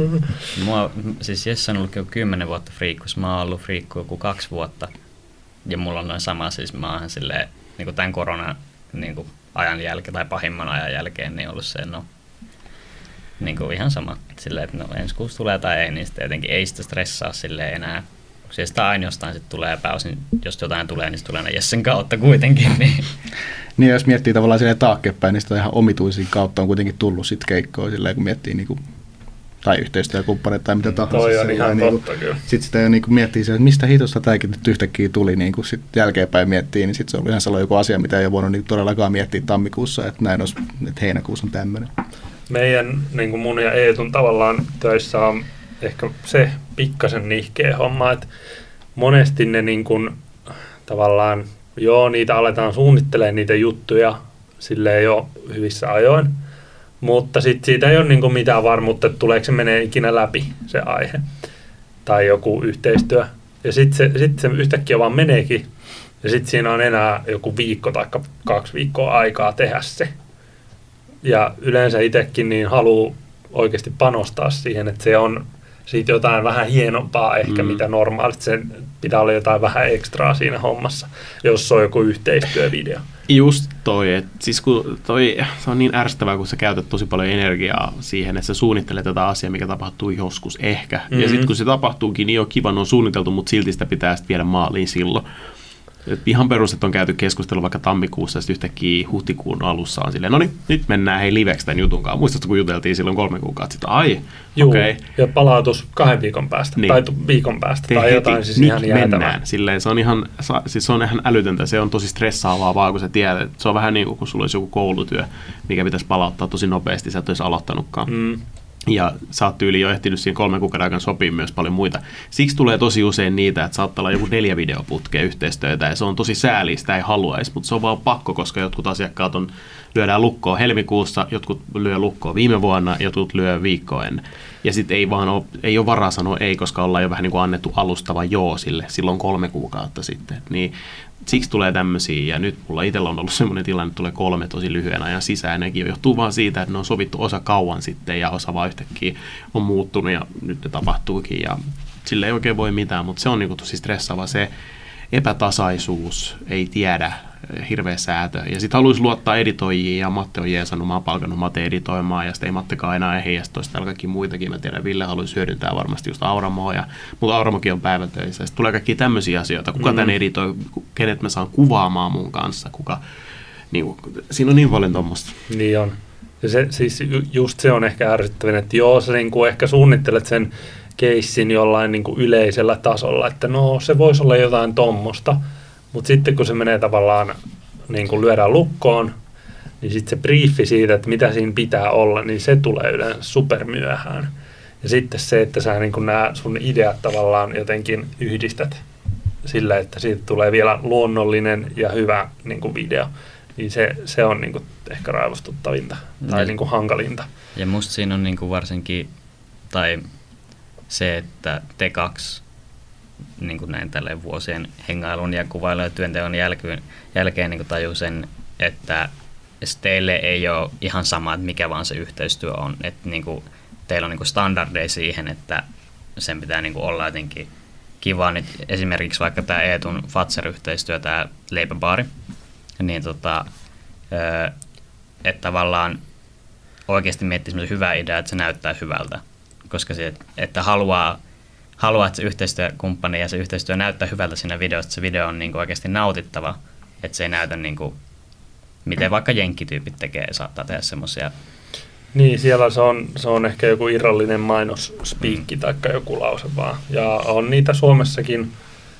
Siis Jesse on ollut 10 vuotta friikkussa, mä oon ollut friikku joku 2 vuotta. Ja mulla on noin sama, siis mä oonhan silleen, niin kuin tämän koronan niin kuin ajan jälkeen tai pahimman ajan jälkeen, niin ollut se, no, niin kuin ihan sama. Silleen, että no ensi kuussa tulee tai ei, niin sitten jotenkin ei sitä stressaa silleen enää. Siis sitä aina jostain sitten tulee pääosin, jos jotain tulee, niin se tulee Jessen kautta kuitenkin. Niin jos miettii tavallaan silleen taaksepäin, niin sitä ihan omituisin kautta on kuitenkin tullut sitten keikkoa silleen, kun miettii niinku, tai yhteistyökumppaneita tai mitä tahansa. Toi on ihan totta kyllä. Sitten sitä jo niinku miettii että mistä hitosta tämäkin nyt yhtäkkiä tuli, niin kun sitten jälkeenpäin miettii, niin sitten se oli ihan sellainen joku asia, mitä ei ole voinut niinku todellakaan miettiä tammikuussa, että näin olisi, että heinäkuussa on tämmöinen. Meidän, niin kuin mun ja Eetun tavallaan töissä on ehkä se pikkasen nihkeä homma, että monesti ne niin kuin, tavallaan, niitä aletaan suunnittelemaan niitä juttuja silleen jo hyvissä ajoin, mutta sitten siitä ei ole niin kuin mitään varmuutta, että tuleeko se menee ikinä läpi se aihe tai joku yhteistyö. Ja sitten se yhtäkkiä vaan meneekin ja sitten siinä on enää joku viikko tai 2 viikkoa aikaa tehdä se. Ja yleensä itsekin niin haluaa oikeasti panostaa siihen, että se on siitä jotain vähän hienompaa ehkä mitä normaalisti. Sen pitää olla jotain vähän ekstraa siinä hommassa, jos on joku yhteistyövideo. Just toi, että siis kun se on niin ärsyttävää, kun sä käytät tosi paljon energiaa siihen, että sä suunnittelet tätä asiaa, mikä tapahtuu joskus ehkä. Ja sitten kun se tapahtuukin, niin on kiva, on suunniteltu, mutta silti sitä pitää sitten viedä maaliin silloin. Et ihan perustet on käyty keskustelua vaikka tammikuussa ja sitten yhtäkkiä huhtikuun alussa on silleen, no niin, nyt mennään liveksi tämän jutun kanssa. Muistatko, kun juteltiin silloin 3 kuukautta sitten, okei. Ja palautus 2 viikon päästä tai viikon päästä tai jotain siis ihan jäätävää. Silleen, se on ihan älytöntä, se on tosi stressaavaa vaan, kun sä tiedät, että se on vähän niin kuin kun sulla olisi joku koulutyö, mikä pitäisi palauttaa tosi nopeasti, sä et olisi aloittanutkaan. Ja sä oot tyyliin jo ehtinyt siinä 3 kuukauden aikana sopii myös paljon muita. Siksi tulee tosi usein niitä, että saattaa olla joku 4 videoputkea yhteistyötä ja se on tosi sääli, sitä ei haluaisi, mutta se on vaan pakko, koska jotkut asiakkaat lyödään lukkoon helmikuussa, jotkut lyö lukkoon viime vuonna, jotkut lyö viikkoa ennen. Ja sitten ei ole varaa sanoa ei, koska ollaan jo vähän niin kuin annettu alustava joo sille silloin 3 kuukautta sitten. Niin siksi tulee tämmöisiä, ja nyt mulla itsellä on ollut semmoinen tilanne, että tulee 3 tosi lyhyen ajan sisään. Nekin johtuu vaan siitä, että ne on sovittu osa kauan sitten, ja osa vaan yhtäkkiä on muuttunut, ja nyt ne tapahtuukin, ja sille ei oikein voi mitään, mutta se on niin tosi stressaava se epätasaisuus, ei tiedä, hirveä säätö. Ja sitten haluaisi luottaa editoijiin, ja Matte on jeesannut, mä oon palkannut Mate editoimaan, ja sitten ei Mattekaan enää heijastoista, täällä kaikki muitakin. Mä tiedän, Ville haluaisi hyödyntää varmasti just Auramoa, mutta Auramokin on päivätöissä. Sitten tulee kaikki tämmöisiä asioita, kuka tän editoi, kenet mä saan kuvaamaan mun kanssa, niin, siinä on niin paljon tommoista. Niin on. Ja just se on ehkä ärsyttävän, että joo, sä niin kuin ehkä suunnittelet sen keissin jollain niin kuin yleisellä tasolla, että no se voisi olla jotain tommosta, mutta sitten kun se menee tavallaan, niin kuin lyödään lukkoon, niin sitten se briefi siitä, että mitä siinä pitää olla, niin se tulee yleensä supermyöhään. Ja sitten se, että sä niin kuin nämä sun ideat tavallaan jotenkin yhdistät sillä, että siitä tulee vielä luonnollinen ja hyvä niin kuin video, niin se on niin kuin ehkä raivostuttavinta tai niin kuin hankalinta. Ja musta siinä on niin kuin varsinkin, tai se, että te 2 niin kuin näin tälleen vuosien hengailun ja kuvailun ja työnteon jälkeen niin kuin tajuu sen, että teille ei ole ihan sama, että mikä vaan se yhteistyö on. Että niin kuin, teillä on niin kuin standardeja siihen, että sen pitää niin kuin olla jotenkin kiva. Nyt esimerkiksi vaikka tämä Eetun Fatser-yhteistyö, tämä leipäbaari, niin että tavallaan oikeasti miettii semmoisen hyvää idea, että se näyttää hyvältä. Koska se, että haluaa, että se yhteistyökumppani ja se yhteistyö näyttää hyvältä siinä videossa, että se video on niin kuin oikeasti nautittava, että se ei näytä niin kuin, miten vaikka jenkkityypit tekee ja saattaa tehdä semmoisia. Niin, siellä se on ehkä joku irrallinen mainosspiikki tai joku lause vaan. Ja on niitä Suomessakin,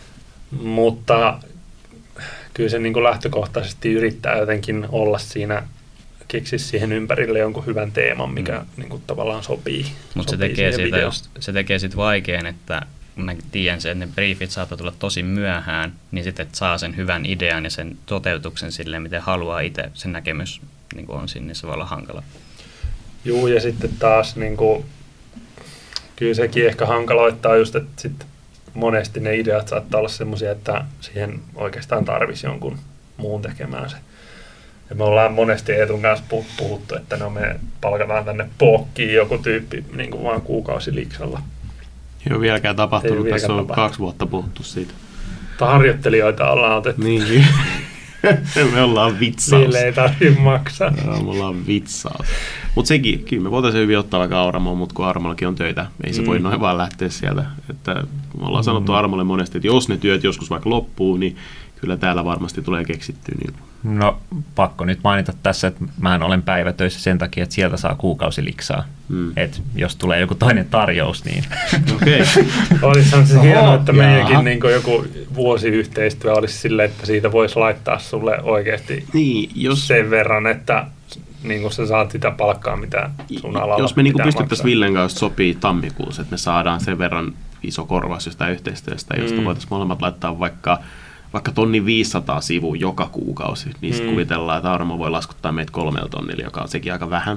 mutta kyllä se niin kuin lähtökohtaisesti yrittää jotenkin olla siinä, keksiä siihen ympärille jonkun hyvän teeman, mikä niin kuin tavallaan sopii. Mutta se tekee siitä vaikean, että mä tiedän sen, että ne briefit saattaa tulla tosi myöhään, niin sitten saa sen hyvän idean ja sen toteutuksen silleen, miten haluaa itse, sen näkemys niin kuin on siinä, niin se voi olla hankala. Juu, ja sitten taas niin kuin, kyllä sekin ehkä hankaloittaa just, että sitten monesti ne ideat saattaa olla semmoisia, että siihen oikeastaan tarvisi jonkun muun tekemään se. Ja me ollaan monesti Eetun kanssa puhuttu, että no me palkataan tänne pokkiin joku tyyppi niin kuin vaan kuukausiliksalla. Ei ole vieläkään tapahtunut, tässä on 2 vuotta puhuttu siitä. Harjoittelijoita ollaan otettu. Niin, me ollaan vitsaus. Niille ei tarvitse maksaa. Joo, me ollaan vitsaus. Mutta sekin, kyllä me voitaisiin hyvin ottaa vaikka Auramoon, mutta kun Auramollakin on töitä, ei se voi noin vaan lähteä sieltä. Että me ollaan sanottu Armolle monesti, että jos ne työt joskus vaikka loppuu, niin kyllä täällä varmasti tulee keksittyä. Niin. No pakko nyt mainita tässä, että mä olen päivätöissä sen takia, että sieltä saa kuukausiliksaa. Et jos tulee joku toinen tarjous, niin... Okei. Olisihan se hienoa, että meidänkin niin joku vuosiyhteistyö olisi silleen, että siitä voisi laittaa sulle oikeasti sen verran, että niin sä saat sitä palkkaa, mitä sun alalla jos me niin pystyttäisiin Villen kanssa sopii tammikuussa, että me saadaan sen verran iso korvaus jostain yhteistyöstä, josta voitaisiin molemmat laittaa vaikka 1,500 sivua joka kuukausi, niin sitten kuvitellaan, että Auramo voi laskuttaa meitä 3 tonnilla, joka on sekin aika vähän.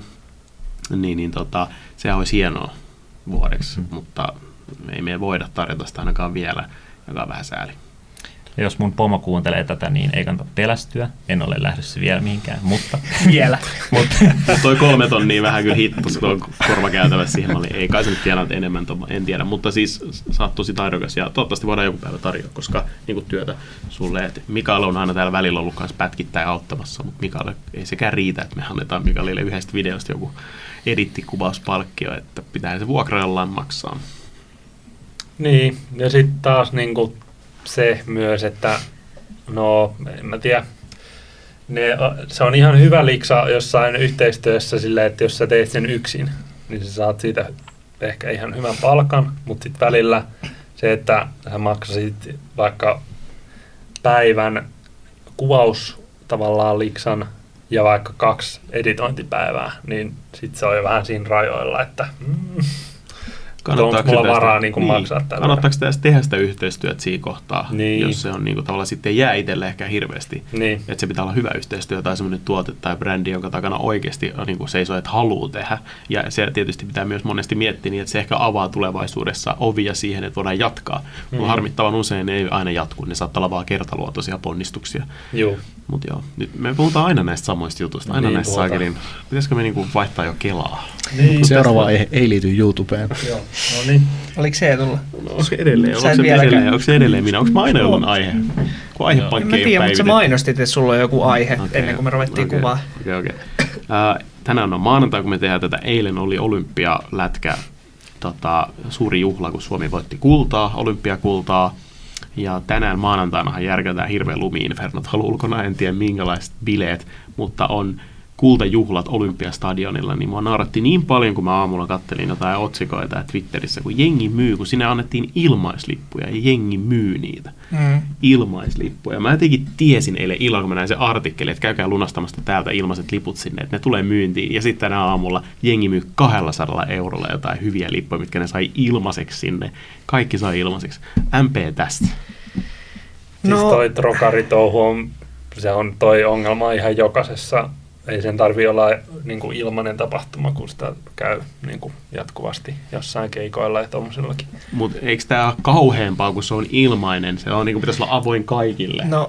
Sehän olisi hienoa vuodeksi, mutta ei me voida tarjota sitä ainakaan vielä, joka on vähän sääli. Ja jos mun pomo kuuntelee tätä, niin ei kannata pelästyä. En ole lähdössä vielä mihinkään, mutta... Vielä. Toi 3 tonnia vähän kyllä hittos tuon korvakäytävässä siihen malliin. Ei kai se nyt tiedä enemmän, en tiedä. Mutta siis sä oot tosi taidokas ja toivottavasti voidaan joku päivä tarjoa, koska niin työtä sulle. Et Mikael on aina täällä välillä ollut kanssa pätkittäin auttamassa, mutta Mikael ei sekään riitä, että me annetaan Mikaelille yhdestä videosta joku edittikuvauspalkkio, että pitää se vuokra jollain maksaa. Niin, ja sitten taas niinku se myös, että no en mä tiedä, se on ihan hyvä liksa jossain yhteistyössä silleen, että jos sä teet sen yksin, niin sä saat siitä ehkä ihan hyvän palkan, mutta sitten välillä se, että sä maksasit vaikka päivän kuvaus tavallaan liksan ja vaikka 2 editointipäivää, niin sitten se on jo vähän siinä rajoilla, että onko mulla varaa niin maksaa tällä. Kannattaako tästä tehdä sitä yhteistyötä siinä kohtaa, jos se on niin kuin, tavallaan sitten jää itselle ehkä hirveästi. Niin. Että se pitää olla hyvä yhteistyö tai semmoinen tuote tai brändi, jonka takana oikeasti niin kuin seisoo, että haluaa tehdä. Ja se tietysti pitää myös monesti miettiä niin, että se ehkä avaa tulevaisuudessa ovia siihen, että voidaan jatkaa. Mutta harmittavan usein ne ei aina jatku, ne saattaa olla vaan kertaluontoisia ponnistuksia. Mutta joo, nyt me puhutaan aina näistä samoista jutuista, aina näistä saakelin. Pitäisikö me niinku vaihtaa jo kelaa? Niin, seuraava ei liity YouTubeen. Joo, no niin. Oliko se tulla? Onko se edelleen? Onko se edelleen minä? Onko mä aina ollut aihe? Kun aihepankki ei ole päivitetty. Sä mainostit, että sulla on joku aihe ennen kuin me ruvettiin kuvaa. Okei. Tänään on maanantai, kun me tehdään tätä. Eilen oli olympialätkä, suuri juhla, kun Suomi voitti olympiakultaa. Ja tänään maanantainahan järkätään hirveä lumi-inferno tuolla ulkona, en tiedä minkälaiset bileet, mutta on kultajuhlat Olympiastadionilla, niin mua nauratti niin paljon, kun mä aamulla kattelin jotain otsikoita Twitterissä, kun jengi myy, kun sinne annettiin ilmaislippuja ja jengi myy niitä. Ilmaislippuja. Mä jotenkin tiesin eilen illalla, kun mä näin sen artikkeli, että käykää lunastamasta täältä ilmaiset liput sinne, että ne tulee myyntiin. Ja sitten tänä aamulla jengi myy 200 eurolla jotain hyviä lippuja, mitkä ne sai ilmaiseksi sinne. Kaikki sai ilmaiseksi. MP tästä. Siis toi trokaritouhu se on toi ongelma ihan jokaisessa. Ei sen tarvitse olla niin kuin ilmainen tapahtuma, kun sitä käy niin kuin jatkuvasti jossain keikoilla ja tommosillakin. Mutta eikö tämä ole kauheampaa, kun se on ilmainen? Se on, niin kuin pitäisi olla avoin kaikille. No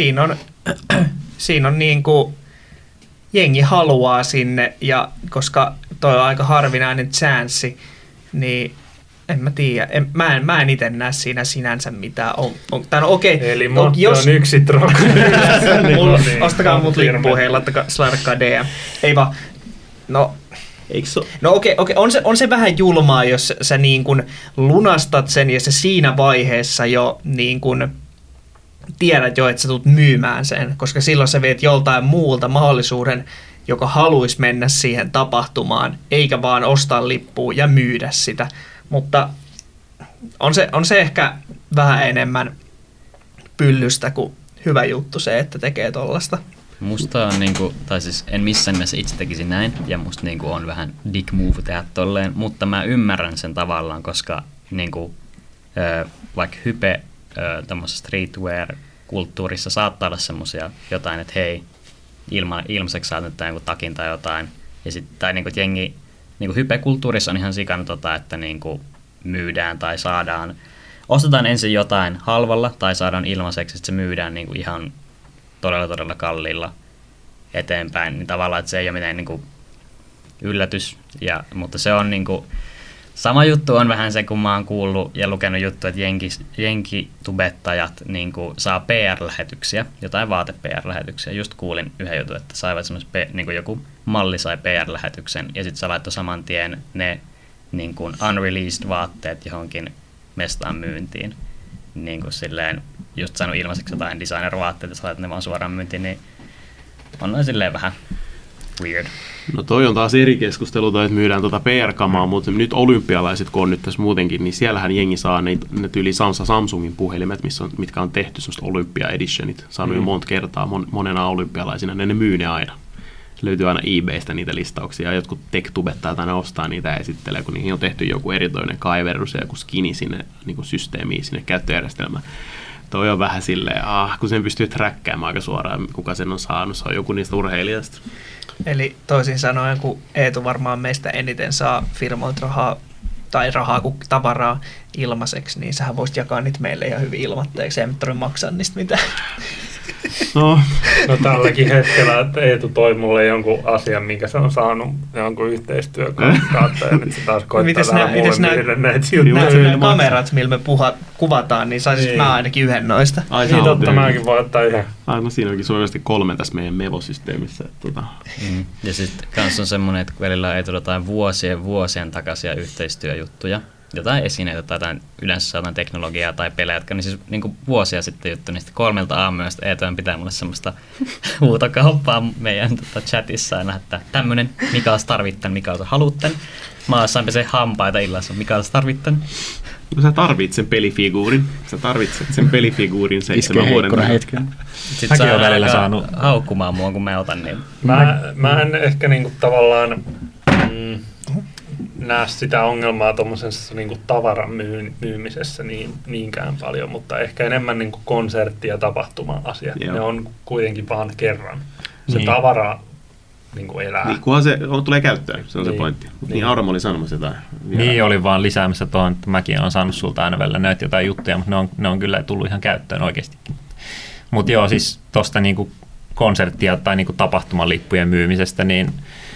siinä on niin kuin jengi haluaa sinne, ja koska toi on aika harvinainen chanssi, niin en mä tiedä. Mä en itse näe siinä sinänsä mitään. Eli Matti on yksi trokka. Ostakaa mut lippuun, hei, laittakaa DM. Ei vaan. No okei. On se vähän julmaa, jos sä niin kun lunastat sen ja sä siinä vaiheessa jo niin kun tiedät jo, että sä tulet myymään sen, koska silloin sä viet joltain muulta mahdollisuuden, joka haluaisi mennä siihen tapahtumaan, eikä vaan ostaa lippua ja myydä sitä. Mutta on se ehkä vähän enemmän pyllystä kuin hyvä juttu se, että tekee tollasta. Musta on niinku, tai siis en missään nimessä itse tekisi näin, ja musta niinku on vähän dick move tehdä tolleen, mutta mä ymmärrän sen tavallaan, koska niinku, vaikka hype tämmöisessä streetwear-kulttuurissa saattaa olla semmosia jotain, että hei, ilmaiseksi saat nyt jonkun takin tai jotain, ja sit, tai niinku, jengi, niinku hype-kulttuurissa on ihan sikana että niinku myydään tai ostetaan ensin jotain halvalla tai saadaan ilmaiseksi, että se myydään niinku ihan todella kalliilla eteenpäin, niin tavallaan, että se ei ole mitään niinku yllätys, mutta se on niinku, sama juttu on vähän se, kun mä oon kuullut ja lukenut juttu, että jenkitubettajat niinku saa PR-lähetyksiä, jotain vaate-PR-lähetyksiä. Just kuulin yhden jutun, että saivat semmoisen, niinku joku malli sai PR-lähetyksen ja sitten se laittoi saman tien ne niinku unreleased vaatteet johonkin mestaan myyntiin. Niin kuin silleen, just saanut ilmaiseksi jotain designer-vaatteita, jos laitat ne vaan suoraan myyntiin, niin on silleen vähän weird. No toi on taas eri keskustelu, että myydään PR-kamaa, mutta nyt olympialaiset, kun on nyt tässä muutenkin, niin siellähän jengi saa ne tyyli Samsungin puhelimet, mitkä on tehty semmoista Olympia-editionit, saanut jo monta kertaa, monena olympialaisina, ne myy ne aina. Löytyy aina eBaystä niitä listauksia, ja jotkut tech-tubettajat aina ostaa niitä ja esittelee, kun niihin on tehty joku eritoinen kaiverrus ja joku skini sinne niin kuin systeemiin, sinne käyttöjärjestelmään. Toi on vähän silleen, kun sen pystyy trackkaamaan aika suoraan, kuka sen on saanut, se on joku niistä urheilijasta. Eli toisin sanoen, kun Eetu varmaan meistä eniten saa firmoilta rahaa kuin tavaraa ilmaiseksi, niin sähän voisit jakaa niitä meille ihan hyvin ilmatteeksi, ei me tarvitse maksaa niistä mitään. No tälläkin hetkellä, että Eetu toi mulle jonkun asian, minkä se on saanut jonkun yhteistyökautta, ja nyt se taas koittaa vähän mulle myydä näitä juttuja. Nämä kamerat, millä me kuvataan, niin saisit mä ainakin yhden noista. Niin totta, mäkin voin ottaa yhden. No siinä onkin suorasti 3 tässä meidän Mevo-systeemissä. Ja sitten kans on semmoinen, että välillä ei tule jotain vuosien takaisia yhteistyöjuttuja, jotain esineitä tai jotain, yleensä jotain teknologiaa tai pelejä, jotka niin siis niin kuin vuosia sitten juttu, niin sitten 3 aamuyöstä Eetoin pitää mulle semmoista huutokauppaa meidän chatissa aina, että tämmönen, mikä olisi tarvittan, mikä olisi haluutten. Mä osaan pesee hampaita illassa, mikä olisi tarvittan. No sä tarvitset sen pelifiguurin. Sä tarvitset sen pelifiguurin 7 vuoden. hetken. Sitten saa välillä saanut haukkumaan mua, kun mä otan niin. Mä en ehkä niinku tavallaan näe sitä ongelmaa tuommoisessa niinku tavaran myymisessä niinkään paljon, mutta ehkä enemmän niinku konsertti- ja tapahtuma-asiat. Joo. Ne on kuitenkin vaan kerran. Se tavara niinku elää. Niin, kunhan se tulee käyttöön, se on se Niin. pointti. Niin Auromo oli sanomassa jotain. Niin, oli vaan lisäämässä tuohon, että mäkin olen saanut sulta aina välillä näitä jotain juttuja, mutta ne on kyllä tullut ihan käyttöön oikeastikin. Mutta joo, siis tuosta niinku konserttia tai niinku tapahtumalippujen myymisestä, niin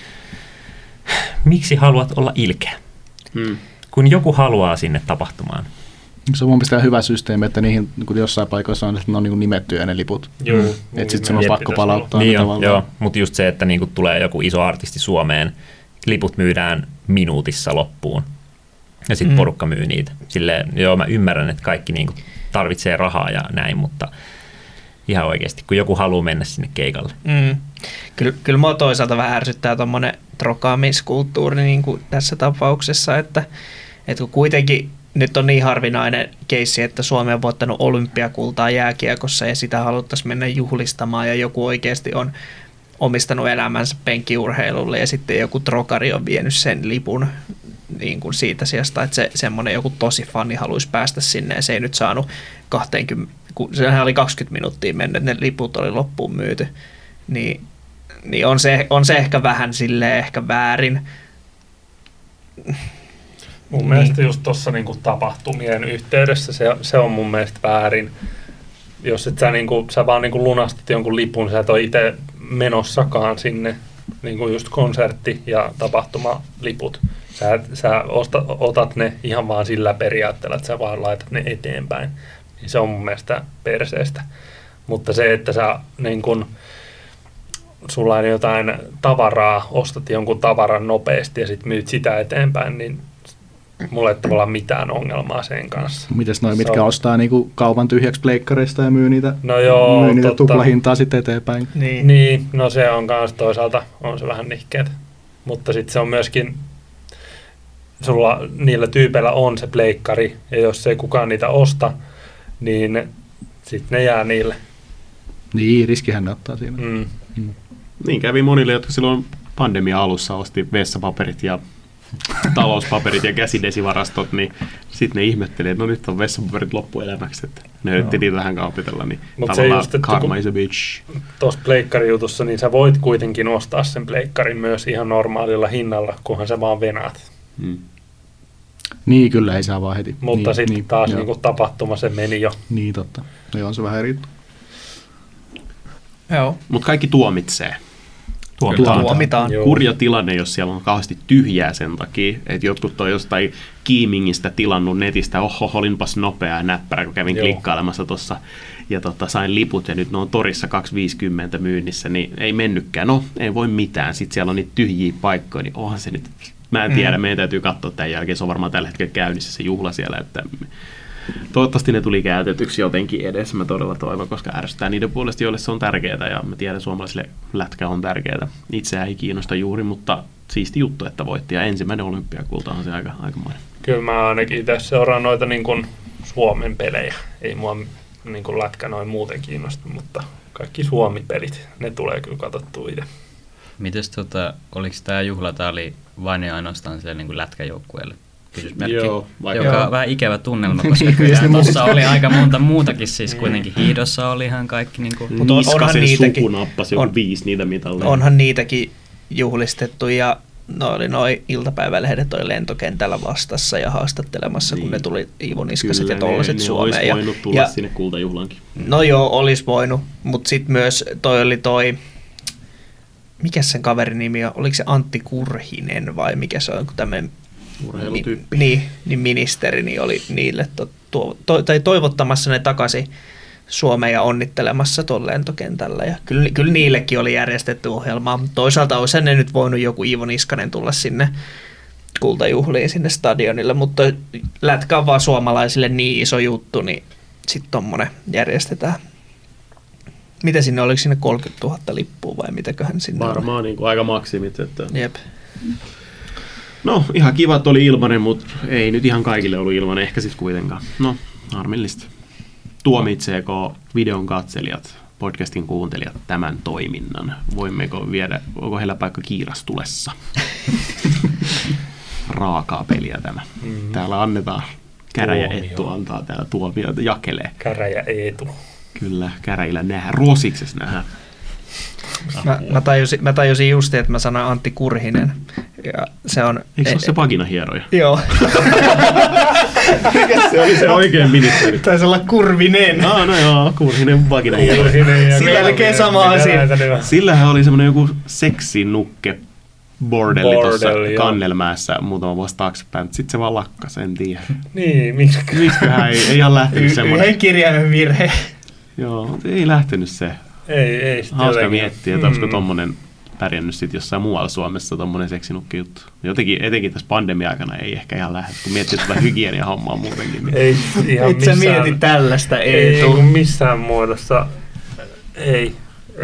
miksi haluat olla ilkeä? Kun joku haluaa sinne tapahtumaan. Se on mun mielestä hyvä systeemi, että niihin kun jossain paikoissa on, että ne on niin nimettyjä ne liput. Että sitten se on pakko palauttaa. Niin joo, mutta just se, että niinku tulee joku iso artisti Suomeen, liput myydään minuutissa loppuun ja sitten porukka myy niitä. Silleen, joo, mä ymmärrän, että kaikki niinku tarvitsee rahaa ja näin, mutta ihan oikeasti, kun joku haluaa mennä sinne keikalle. Kyllä mua toisaalta vähän ärsyttää tuommoinen trokaamiskulttuuri niin kuin tässä tapauksessa, että kun kuitenkin nyt on niin harvinainen keissi, että Suomi on voittanut olympiakultaa jääkiekossa ja sitä haluttaisiin mennä juhlistamaan ja joku oikeasti on omistanut elämänsä penkkiurheilulle ja sitten joku trokari on vienyt sen lipun niin kuin siitä sijasta, että se semmoinen joku tosi fani haluaisi päästä sinne ja se ei nyt saanut 20, kun sehän oli 20 minuuttia mennyt, ne liput oli loppuun myyty, niin on se ehkä vähän silleen ehkä väärin. Mun mielestä just tuossa niinku tapahtumien yhteydessä se on mun mielestä väärin. Jos et sä vaan niinku lunastat jonkun lipun, sä et ole itse menossakaan sinne, niinku just konsertti- ja tapahtumaliput. Sä otat ne ihan vaan sillä periaatteella, että sä vaan laitat ne eteenpäin. Niin se on mun mielestä perseestä. Mutta se, että sä niin kun, sulla on jotain tavaraa, ostat jonkun tavaran nopeasti ja sitten myyt sitä eteenpäin, niin mulla ei tavallaan mitään ongelmaa sen kanssa. Mites noi, mitkä ostaa niinku kaupan tyhjäksi pleikkareista ja myy niitä, no joo, myy niitä tuplahintaa sitten eteenpäin? Niin, no se on kans toisaalta, on se vähän nihkeet. Mutta sitten se on myöskin, sulla niillä tyypeillä on se pleikkari, ja jos ei kukaan niitä osta, niin sitten ne jää niille. Niin, riskihän ne ottaa siinä. Niin kävi monille, jotka silloin pandemia alussa osti vessapaperit ja talouspaperit ja käsidesivarastot, niin sitten ne ihmetteli, että no nyt on vessapaperit loppuelämäksi, että ne hötti niitä vähän kaupitella, niin tavallaan just, karma is a bitch. Tuossa pleikkarijutussa, niin sä voit kuitenkin ostaa sen pleikkarin myös ihan normaalilla hinnalla, kunhan sä vaan venaat. Niin, kyllä ei saa vaan heti. Mutta niin, sitten taas niin tapahtuma se meni jo. Niin, totta. No on se vähän eri juttu. Joo. Mutta kaikki tuomitsee. Tuomitaan. Kurja tilanne, jos siellä on kauheasti tyhjää sen takia, että jotkut on jostain Keemingistä tilannut netistä, olinpas nopea ja näppärä, kun kävin klikkailemassa tuossa ja sain liput ja nyt ne on torissa 2,50 myynnissä, niin ei mennytkään. No, ei voi mitään. Sitten siellä on niitä tyhjiä paikkoja, niin onhan se nyt, mä en tiedä, meidän täytyy katsoa tämän jälkeen, se on varmaan tällä hetkellä käynnissä se juhla siellä, että toivottavasti ne tuli käytetyksi jotenkin edes, mä todella toivon, koska ärsyttää niiden puolesta, joille se on tärkeää, ja mä tiedän, suomalaisille lätkä on tärkeää. Itseään ei kiinnosta juuri, mutta siisti juttu, että voitti, ja ensimmäinen olympiakulta on se aikamoinen. Kyllä mä ainakin itse seuraan noita niin kuin Suomen pelejä. Ei mua niin kuin lätkä noin muuten kiinnosta, mutta kaikki Suomi-pelit, ne tulee kyllä katsottua itse. Mites oliko tämä juhla, tämä oli vain ja ainoastaan siellä niin kuin lätkäjoukkueelle? Joo, joka on vähän ikävä tunnelma, koska kyllä tuossa oli aika monta muutakin, siis kuitenkin hiihdossa oli ihan kaikki. Niin kuin Niskasen suku nappasi joku 5 niitä mitalleja. Onhan niitäkin juhlistettu ja noi iltapäivälehdet oli lentokentällä vastassa ja haastattelemassa, kun ne tuli Iivo Niskaset ja tollaset Suomeen. Kyllä, olisi voinut tulla sinne kultajuhlankin. No joo, olisi voinut, mutta sitten myös mikä sen kaverin nimi on, oliko se Antti Kurhinen vai mikä se on, kun tämmöinen urheilutyyppi. Niin ministeri niin oli niille toivottamassa ne takaisin Suomeen ja onnittelemassa tuolla lentokentällä. Ja kyllä niillekin oli järjestetty ohjelmaa, mutta toisaalta olisi ne nyt voinut joku Iivo Niskanen tulla sinne kultajuhliin sinne stadionille, mutta lätkä on vaan suomalaisille niin iso juttu, niin sitten tommonen järjestetään. Mitä sinne, oliko sinne 30 000 lippua vai mitäköhän sinne Varmaan niin kuin aika maksimit. Että... Jep. No, ihan kiva, että oli ilmanen, mutta ei nyt ihan kaikille ollut ilmanen, ehkä sitten kuitenkaan. No, harmillista. Tuomitseeko videon katselijat, podcastin kuuntelijat tämän toiminnan? Voimmeko viedä, onko heillä paikka kiirastulessa? Raakaa peliä tämä. Täällä annetaan, käräjä Eetu antaa täällä tuomioita, jakelee. Käräjä Eetu. Kyllä, käräjillä nähdään, Rosiksessa nähdään. Mä tajusin just, että mä sanoin Antti Kurhinen. Ja se on... Eikö se ole se vaginahieroja? Joo. Mikä se oli se oikein ministeri? Taisi olla Kurvinen. No joo, Kurhinen vaginahieroja. Sillä melkein sama asia. Sillähän oli semmoinen joku seksinukke bordelli tuossa Kannelmäessä muutama vuosi taaksepäin, mutta sitten se vaan lakkasi, en tiedä. Niin, miksiköhän ei ole lähtenyt semmoinen. Yhden kirjaimen virhe. Joo, ei lähtenyt se. Ei hauska miettiä, että olisiko tommonen pärjännyt sitten jossain muualla Suomessa tommonen seksinukki juttu. Jotenkin, etenkin tässä pandemia-aikana ei ehkä ihan lähde, kun miettii tätä hygienia-hommaa muutenkin. Niin. Ei ihan et sä mieti tällaista, ei missään muodossa. Ei.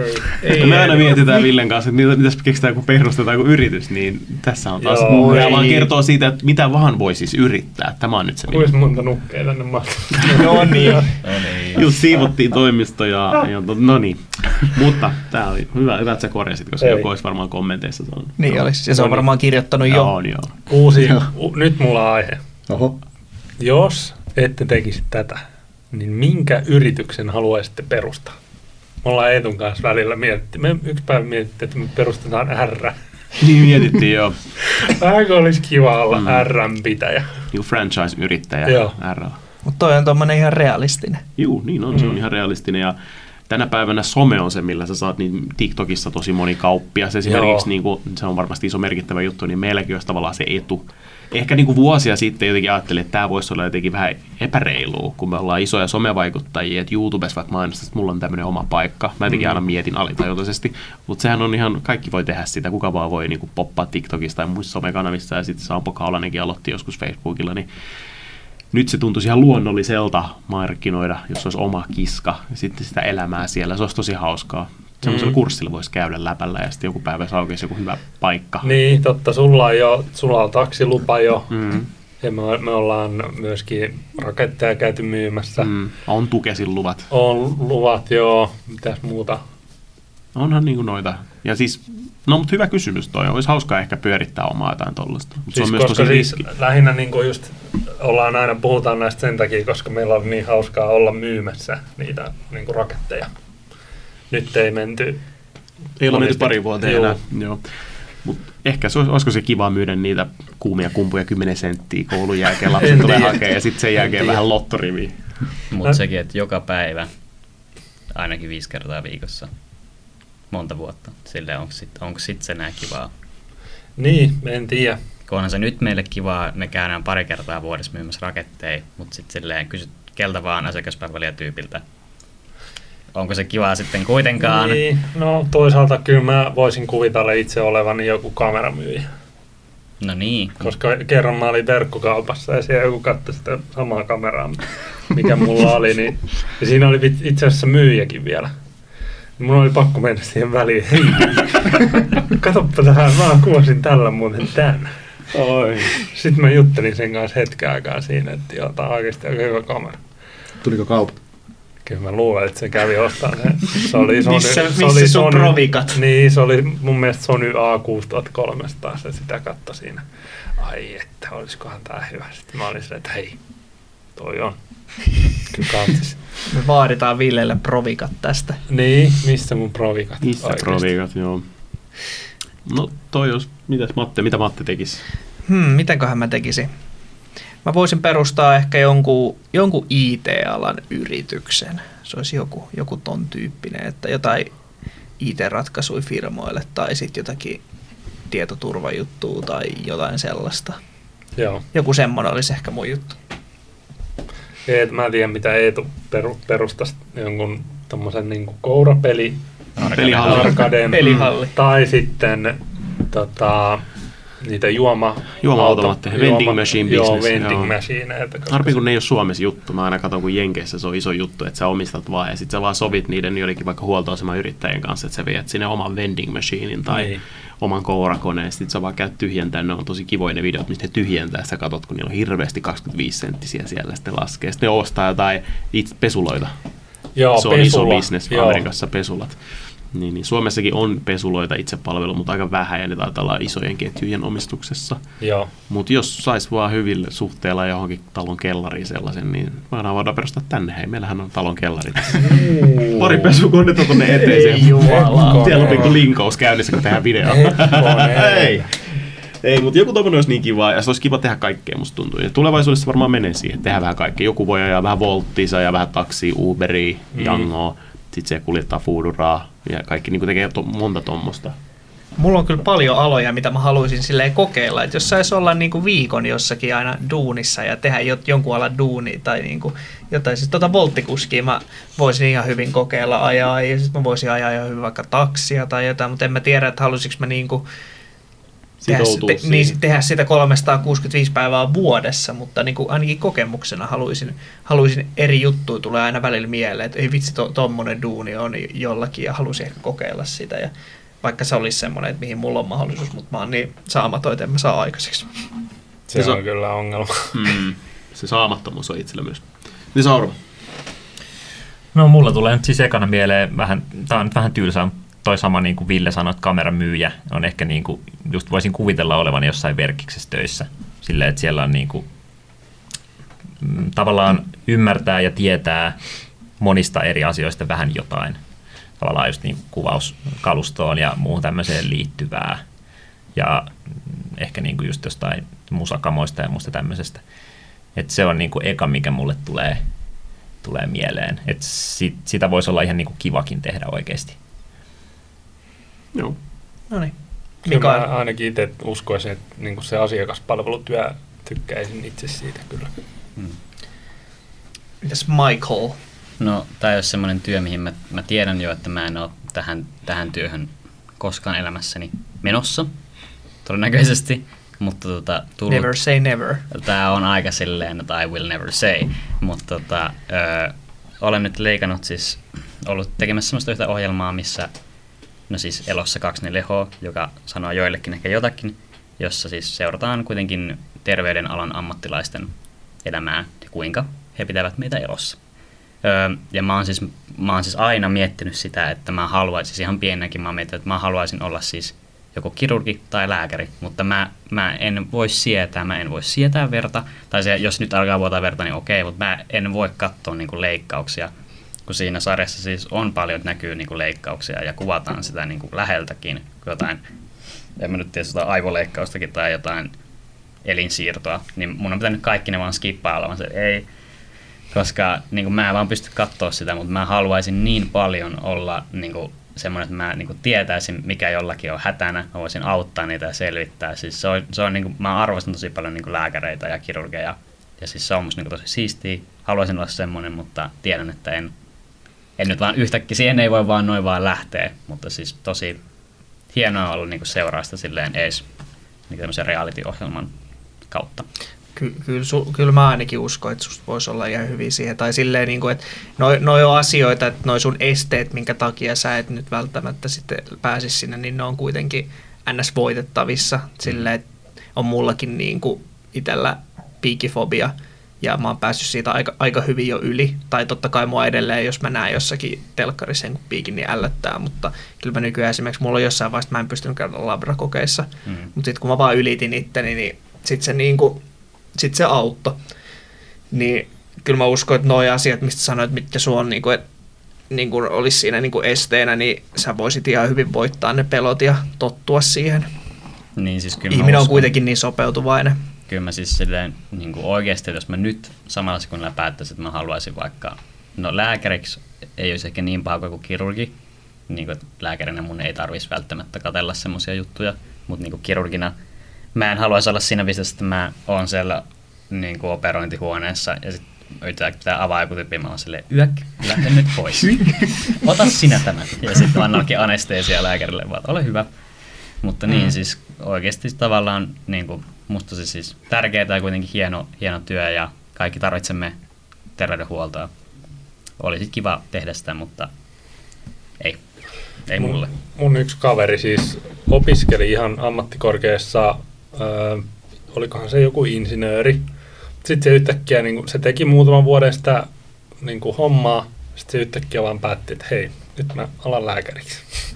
Me aina mietitään Villen kanssa, että mitäs keksitään, kun perustetaan joku yritys, niin tässä on taas tämä vaan kertoo siitä, että mitä vaan voi siis yrittää. Tämä on nyt se. Kuinka monta nukkeja tänne mahtuu? No niin. Just siivottiin toimisto ja no niin. Mutta tämä oli hyvä, että sä korjasit, koska joku olisi varmaan kommenteissa sanonut. Niin olisi, ja se on varmaan kirjoittanut jo. Joo. Nyt mulla on aihe. Oho. Jos ette tekisi tätä, niin minkä yrityksen haluaisitte perustaa? Me ollaan Eetun kanssa välillä me yksi päivä mietittiin, että me perustetaan R. Niin mietittiin, joo. Vähänkö olisi kiva olla R-pitäjä? Joku franchise-yrittäjä R. Mutta toi on tommonen ihan realistinen. Juu, niin on, se on ihan realistinen. Ja tänä päivänä some on se, millä sä saat niin TikTokissa tosi moni kauppia. Se esimerkiksi, niin kuin, se on varmasti iso merkittävä juttu, niin meilläkin olisi tavallaan se etu. Ehkä niin kuin vuosia sitten jotenkin ajattelin, että tämä voisi olla jotenkin vähän epäreilua, kun me ollaan isoja somevaikuttajia, että YouTubessa vaikka mainostaa, että mulla on tämmöinen oma paikka. Mä jotenkin aina mietin alitajuisesti, mutta sehän on ihan, kaikki voi tehdä sitä, kuka vaan voi niin kuin poppaa TikTokista tai muissa somekanavissa, ja sitten Sampo Kaulanenkin aloitti joskus Facebookilla, niin nyt se tuntuisi ihan luonnolliselta markkinoida, jos olisi oma kiska ja sitten sitä elämää siellä. Se olisi tosi hauskaa. Semmoisella kurssilla voisi käydä läpällä ja sitten joku päivä aukeisi joku hyvä paikka. Niin, totta. Sulla on taksilupa jo. Ja me ollaan myöskin raketteja käyty myymässä. On Tukesin luvat. On luvat, joo. Mitäs muuta? Onhan niinku noita. Ja siis, no mutta hyvä kysymys toi. Olisi hauskaa ehkä pyörittää omaa jotain tollaista. Siis se on myös tosi riski. Lähinnä niinku just puhutaan näistä sen takia, koska meillä on niin hauskaa olla myymässä niitä niinku raketteja. Nyt ei menty. Ei ole menty pari vuoteen enää. Joo. Mut ehkä olisiko se kiva myydä niitä kuumia kumpuja 10 senttiä koulun jälkeen. Lapset tulee hakemaan ja sitten sen jälkeen vähän lottoriviä. Mutta sekin, että joka päivä, ainakin 5 kertaa viikossa, monta vuotta. Silleen onko sitten se nää kivaa? Niin, en tiedä. Onhan se nyt meille kivaa, me käydään pari kertaa vuodessa myymässä raketteja, mutta sitten silleen kysyt keltä vaan asiakaspalvelijatyypiltä. Onko se kivaa sitten kuitenkaan? Niin, no toisaalta kyllä mä voisin kuvitella itse olevani joku kameramyyjä. No niin. Koska kerran mä olin verkkokaupassa ja siellä joku katsoi sitä samaa kameraa, mikä mulla oli. Niin, ja siinä oli itse asiassa myyjäkin vielä. Mun oli pakko mennä siihen väliin. Hei, katsoppa tähän, mä kuvasin tällä muuten tän. Oi. Sitten mä juttelin sen kanssa hetken aikaa siinä, että joo, tää on oikeasti aika hyvä kamera. Tuliko kaupa? Kyllä mä luulen, että se kävi ostamaan se. Oli missä sun provikat? Niin, se oli mun mielestä Sony A6300, se sitä katsoi siinä. Ai että, olisikohan tää hyvä. Sitten mä olin silleen, että hei, toi on. Kyllä katsis. Me vaaditaan Villelle provikat tästä. Niin, missä mun provikat? Missä provikat, joo. No toi jos, mitä Matti tekisi? Mitenköhän mä tekisin? Mä voisin perustaa ehkä jonkun IT-alan yrityksen. Se olisi joku ton tyyppinen, että jotain IT-ratkaisuja firmoille tai sitten jotakin tietoturvajuttua tai jotain sellaista. Joo. Joku semmoinen olisi ehkä mun juttu. Mä en tiedä, mitä Eetu perustaisi jonkun tommosen niinku kourapeli. Pelihalli. Tai sitten niitä juoma-automaatteja, vending machine business. Joo, vending machineita. Harpi, kun ne ei ole Suomessa juttu. Mä aina katson, kun Jenkeissä se on iso juttu, että sä omistat vaan ja sit sä vaan sovit niiden joidenkin vaikka huoltoaseman yrittäjien kanssa, että sä viet sinne oman vending machinein tai oman kourakoneen, ja sit sä vaan käyt tyhjentää. Ne on tosi kivoja ne videot, mistä ne tyhjentää. Sä katot, kun niillä on hirveästi 25-senttisiä siellä, sitten laskee. Sitten ne ostaa jotain itse pesuloita. Joo, se on iso business Amerikassa, pesulat. Niin, Suomessakin on pesuloita itsepalvelu, mutta aika vähän, ja ne taitaa olla isojen ketjujen omistuksessa. Mutta jos sais vaan hyvillä suhteella johonkin talon kellariin sellaisen, niin voidaan perustaa tänne. Hei, meillähän on talon kellari tässä. Pari pesukonetta tuonne eteen. Siellä on pikku linkous käynnissä, kun tehdään videoa. Ei, mutta joku tommoinen olisi niin kiva, ja se olisi kiva tehdä kaikkea, musta tuntuu. Ja tulevaisuudessa varmaan menee siihen, tehdä vähän kaikkea. Joku voi ajaa vähän Volttia, ajaa vähän taksia, Uberia, Yangoa, sitten se kuljettaa Fooduraa, ja kaikki niin tekee monta tommosta. Mulla on kyllä paljon aloja, mitä mä haluaisin silleen kokeilla, että jos saisi olla niinku viikon jossakin aina duunissa ja tehdä jonkun alan duunia tai niinku jotain, siis volttikuskia mä voisin ihan hyvin kokeilla ajaa, ja sitten mä voisin ajaa ihan hyvin vaikka taksia tai jotain, mutta en mä tiedä, että haluaisinko mä niinku tehdä sitä 365 päivää vuodessa, mutta niin kuin ainakin kokemuksena haluaisin eri juttuja tulee aina välillä mieleen, että ei vitsi, tommonen duuni on jollakin ja haluaisin ehkä kokeilla sitä. Ja vaikka se olisi semmoinen, että mihin mulla on mahdollisuus, mutta mä oon niin saamaton, että en mä saa aikaiseksi. Se on kyllä ongelma. Se saamattomuus on itsellä myös. Niin Sauro? No mulla tulee nyt siis ekana mieleen, tää on nyt vähän tylsää, toi sama niin kuin Ville sanoi, että kameran myyjä on ehkä niin kuin, just voisin kuvitella olevani jossain verkiksessä töissä. Silleen, että siellä on niin kuin, tavallaan ymmärtää ja tietää monista eri asioista vähän jotain. Tavallaan just niin kuvauskalustoon ja muuhun tämmöiseen liittyvää. Ja ehkä niin kuin just jostain musakamoista ja muusta tämmöisestä. Että se on niin kuin eka, mikä mulle tulee mieleen. Että sitä voisi olla ihan niin kuin kivakin tehdä oikeasti. Joo. No niin. Kyllä mä ainakin itse uskoisin, että niin se asiakaspalvelutyö tykkäisin itse siitä kyllä. Mitäs Michael? No, tämä ei ole semmoinen työ, mihin mä tiedän jo, että mä en ole tähän työhön koskaan elämässäni menossa, todennäköisesti. Mutta never say never. Tämä on aika silleen, että I will never say. Mutta olen nyt leikannut siis, ollut tekemässä semmoista yhtä ohjelmaa, missä no siis Elossa 24H, joka sanoo joillekin ehkä jotakin, jossa siis seurataan kuitenkin terveydenalan ammattilaisten elämää ja kuinka he pitävät meitä elossa. Ja mä oon siis aina miettinyt sitä, että mä haluaisin, siis ihan pienenäkin mä oon miettinyt, että mä haluaisin olla siis joko kirurgi tai lääkäri, mutta mä en voi sietää verta, tai se, jos nyt alkaa vuotaa verta, niin okei, mutta mä en voi katsoa niinku leikkauksia, kun siinä sarjassa siis on paljon, näkyy niinku leikkauksia ja kuvataan sitä niinku läheltäkin, jotain, en mä nyt tiedä jotain aivoleikkaustakin tai jotain elinsiirtoa, niin mun on pitänyt kaikki ne vaan skippailla, vaan se ei, koska niinku mä en vaan pysty katsoa sitä, mutta mä haluaisin niin paljon olla niinku semmoinen, että mä niinku tietäisin, mikä jollakin on hätänä, mä voisin auttaa niitä ja selvittää. Siis se on niinku, mä arvostan tosi paljon niinku lääkäreitä ja kirurgeja, ja siis se on musta niinku tosi siistiä. Haluaisin olla semmoinen, mutta tiedän, että en nyt vaan yhtäkkiä, siihen ei voi vaan noin vaan lähteä, mutta siis tosi hienoa olla niinku seuraa sitä silleen ees niinku tämmöisen reality-ohjelman kautta. Kyllä mä ainakin uskon, että susta voisi olla ihan hyvin siihen. Tai silleen, niin kuin, että noi on asioita, että noi sun esteet, minkä takia sä et nyt välttämättä sitten pääsisi sinne, niin ne on kuitenkin ns. Voitettavissa. Silleen, että on mullakin niin kuin itsellä piikifobia, ja mä oon päässyt siitä aika hyvin jo yli. Tai totta kai mua edelleen, jos mä näen jossakin telkkarissa sen piikin, niin ällöttää. Mutta kyllä mä nykyään esimerkiksi, mulla on jossain vaiheessa, mä en pystynyt käydä labrakokeissa. Mutta sitten kun mä vaan ylitin itteni, niin sitten se niinku sitten se auttoi. Niin kyllä mä uskon, että nuo asiat, mistä sanoit, mitkä sun on, niin kuin olisi siinä niin kuin esteenä, niin sä voisit ihan hyvin voittaa ne pelot ja tottua siihen. Niin, siis kyllä ihminen on kuitenkin niin sopeutuvainen. Kyllä mä siis silleen, niin kuin oikeasti, jos mä nyt samalla sekunnilla päättäisin, että mä haluaisin vaikka, no lääkäriksi ei olisi ehkä niin paha kuin kirurgi, niin kuin lääkärinä mun ei tarvitsisi välttämättä katsella semmoisia juttuja, mutta niin kuin kirurgina mä en haluaisi olla siinä pisteessä, että mä oon siellä niin kuin operointihuoneessa ja sitten pitää avaa joku tyyppi, mä oon silleen, lähde nyt pois. Ota sinä tämän. Ja sitten annankin anesteesia lääkärille, vaan ole hyvä. Mutta niin siis oikeasti tavallaan niin kuin, musta se siis tärkeää ja kuitenkin hieno työ ja kaikki tarvitsemme terveydenhuoltoa. Olisi kiva tehdä sitä, mutta ei mulle. Mun yksi kaveri siis opiskeli ihan ammattikorkeassa, olikohan se joku insinööri. Sitten se yhtäkkiä, niin se teki muutaman vuoden sitä niin hommaa, sitten se yhtäkkiä vaan päätti, että hei, nyt mä alan lääkäriksi.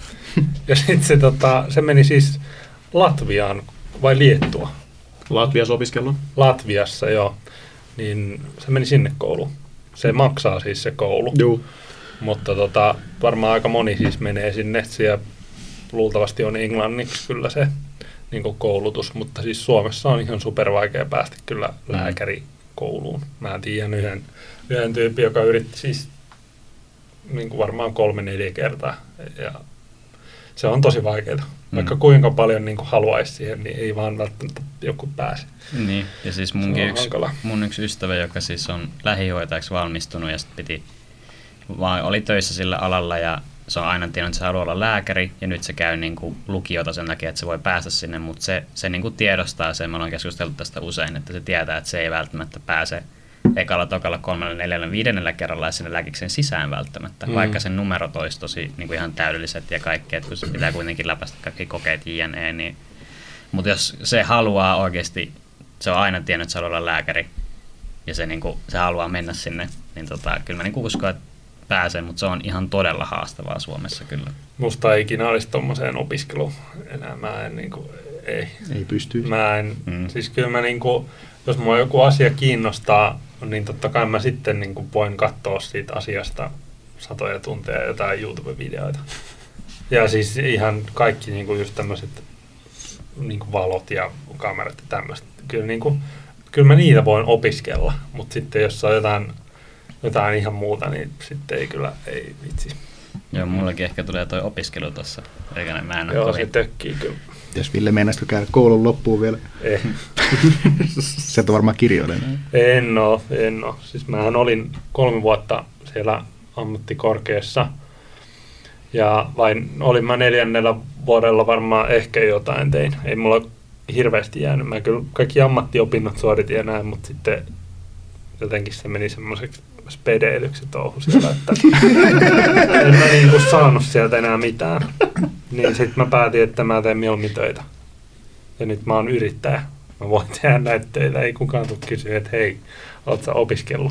Ja sitten se meni siis Latviaan vai Liettua? Latviassa opiskellaan? Latviassa, joo. Niin se meni sinne kouluun. Se maksaa siis se koulu. Joo. Mutta varmaan aika moni siis menee sinne. Siellä luultavasti on englanniksi kyllä se niin kuin koulutus, mutta siis Suomessa on ihan supervaikea päästä kyllä lääkärikouluun. Mä tiedän yhden tyypin, joka yritti siis niin kuin varmaan 3-4 kertaa. Ja se on tosi vaikeaa. Vaikka kuinka paljon niin kuin haluaisi siihen, niin ei vaan välttämättä joku pääse. Niin, ja siis mun yksi ystävä, joka siis on lähihoitajaksi valmistunut ja sitten oli töissä sillä alalla ja se on aina tiennyt, että se haluaa olla lääkäri ja nyt se käy niin kuin lukiota sen takia, että se voi päästä sinne, mutta se niin kuin tiedostaa sen, me ollaan keskustellut tästä usein, että se tietää, että se ei välttämättä pääse ekalla, tokalla, 3., 4., 5. kerralla sinne lääkiksen sisään välttämättä, vaikka sen numerot olisi tosi niin kuin ihan täydelliset ja kaikki, että kun se pitää kuitenkin läpäistä kaikki kokeet jne. Niin, mutta jos se haluaa oikeasti, se on aina tiennyt, että se haluaa olla lääkäri ja se, niin kuin, se haluaa mennä sinne, niin kyllä mä niin kuin uskon, että pääsee, mutta se on ihan todella haastavaa Suomessa kyllä. Musta ei ikinä olisi tommoseen opiskeluun enää. Mä en niinku, ei pystyisi. Mä en, siis kyllä mä niinku, jos mua joku asia kiinnostaa, niin totta kai mä sitten niinku voin katsoa siitä asiasta satoja tunteja jotain YouTube-videoita. Ja siis ihan kaikki niinku just tämmöiset niinku valot ja kamerat ja tämmöistä. Kyllä mä niitä voin opiskella, mutta sitten jos on jotain ihan muuta, niin sitten ei vitsi. Joo, mullakin ehkä tulee toi opiskelu tossa. Eikä mä en joo, se tökkii kyllä. Jos Ville meinasiko käydä koulun loppuun vielä? Ei. Se on varmaan kirjoinen. En oo. Siis mähän olin 3 vuotta siellä ammattikorkeassa. Ja vain olin mä 4. vuodella varmaan ehkä jotain tein. Ei mulla hirveästi jäänyt. Mä kyllä kaikki ammattiopinnot suoritin ja näin, mutta sitten jotenkin se meni semmoiseksi spedeilyksi touhu siellä, että en mä niinku saanut sieltä enää mitään. Niin sitten mä päätin, että mä teen mieluummin töitä. Ja nyt mä oon yrittäjä. Mä voin tehdä näitä töitä. Ei kukaan tule kysyä, että hei, oot sä opiskellut?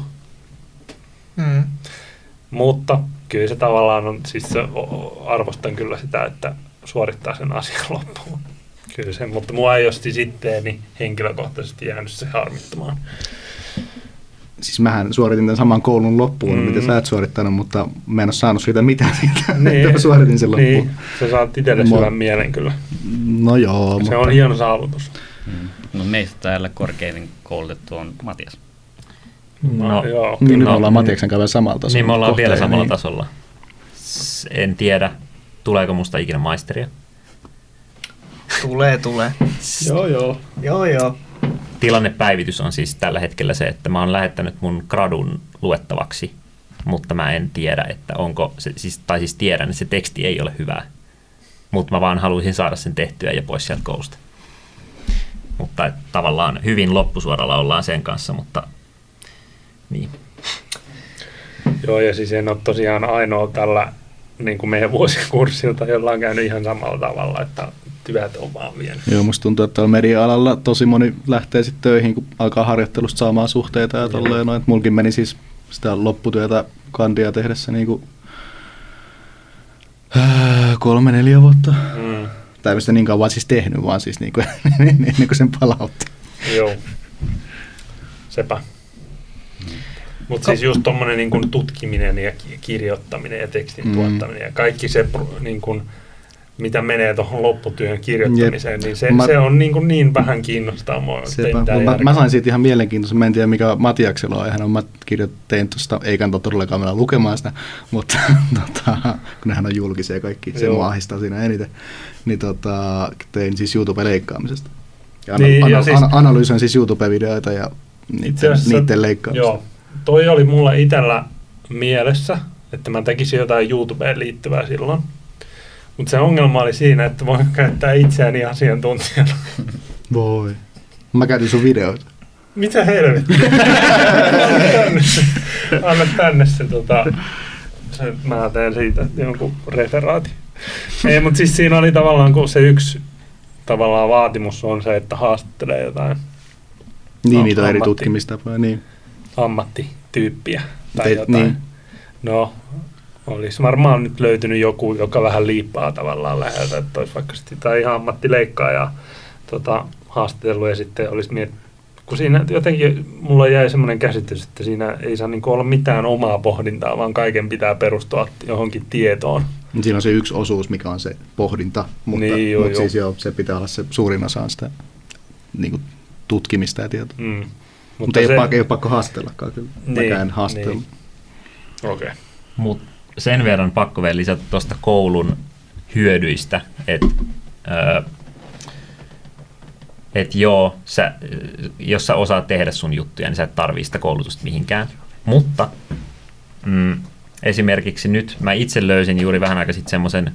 Mutta kyllä se tavallaan on, siis arvostan kyllä sitä, että suorittaa sen asian loppuun. Kyllä se, mutta mua ei ole sitteeni henkilökohtaisesti jäänyt se harmittamaan. Siis mähän suoritin tämän saman koulun loppuun, mitä sä et suorittanut, mutta mä en ole saanut siitä mitään siitä, niin, että mä suoritin sen loppuun. Niin, sä saat itsellesi hyvän mielen kyllä. No joo. Se on hieno saavutus. No meistä täällä korkeimmin koulutettu on Matias. No joo. Niin nyt ollaan Matiaksen kanssa samalla tasolla. Niin me ollaan vielä samalla tasolla. En tiedä, tuleeko musta ikinä maisteria. Tulee. Joo. Tilannepäivitys on siis tällä hetkellä se, että mä oon lähettänyt mun gradun luettavaksi, mutta mä en tiedä, että onko se, siis tiedän, että se teksti ei ole hyvää, mutta mä vaan haluaisin saada sen tehtyä ja pois sieltä koulusta. Mutta tavallaan hyvin loppusuoralla ollaan sen kanssa, mutta niin. Joo, ja siis en ole tosiaan ainoa tällä niin kuin meidän vuosikurssilta, jolla on käynyt ihan samalla tavalla, että työt on vaan vienyt. Joo, musta tuntuu, että media-alalla tosi moni lähtee sitten töihin, kun alkaa harjoittelusta saamaan suhteita ja tolleen noin. Mulkin meni siis sitä lopputyötä kandia tehdessä niinku 3-4 vuotta. Tai mistä niin kauan siis tehnyt, vaan siis niinku, ennen kuin sen palautti. Joo, sepä. Mutta siis just tommonen niin kuin tutkiminen ja kirjoittaminen ja tekstin tuottaminen ja kaikki se niin kuin, mitä menee tuohon lopputyön kirjoittamiseen, niin se on niin vähän kiinnostaa mua. Mä sain siitä ihan mielenkiintoisen. Mä en tiedä mikä Matiaksella on. Mä tein tuosta, ei kannata todellakaan mennä lukemaan sitä, mutta kun nehän on julkisia kaikki, se mua ahdistaa siinä eniten, niin tein siis YouTube-leikkaamisesta. Analysoin siis YouTube-videoita ja niiden leikkaamista. Joo, toi oli mulla itsellä mielessä, että mä tekisin jotain YouTubeen liittyvää silloin. Mutta se ongelma oli siinä, että voin käyttää itseäni asiantuntijana. Voi. Mä käytin sun videoita. Mitä helvettiä? Anna tänne se, mä teen siitä jonkun referaatin. Ei, mutta siis siinä oli tavallaan, kun se yksi tavallaan vaatimus on se, että haastattelee jotain Niin, niitä on eri tutkimistapoja, niin. Ammattityyppiä tai jotain. Niin. No, olisi varmaan nyt löytynyt joku, joka vähän liippaa tavallaan läheltä, että olisi vaikka sitten tai ihan ammattileikkaajaa haastatellut ja sitten olisi miettinyt. Kun siinä jotenkin mulla jäi semmoinen käsitys, että siinä ei saa niinku olla mitään omaa pohdintaa, vaan kaiken pitää perustua johonkin tietoon. Siinä on se yksi osuus, mikä on se pohdinta, mutta, niin, mutta siis joo, se pitää olla se suurin osa sitä niinku tutkimista ja tietoa. Mutta ei ole pakko haastellakaan kyllä. Mäkään en haastella. Niin. Okei. Mut sen verran pakko vielä lisätä tuosta koulun hyödyistä, että joo, jos sä osaat tehdä sun juttuja, niin sä et tarvii sitä koulutusta mihinkään. Mutta esimerkiksi nyt mä itse löysin juuri vähän aikaa sitten semmoisen,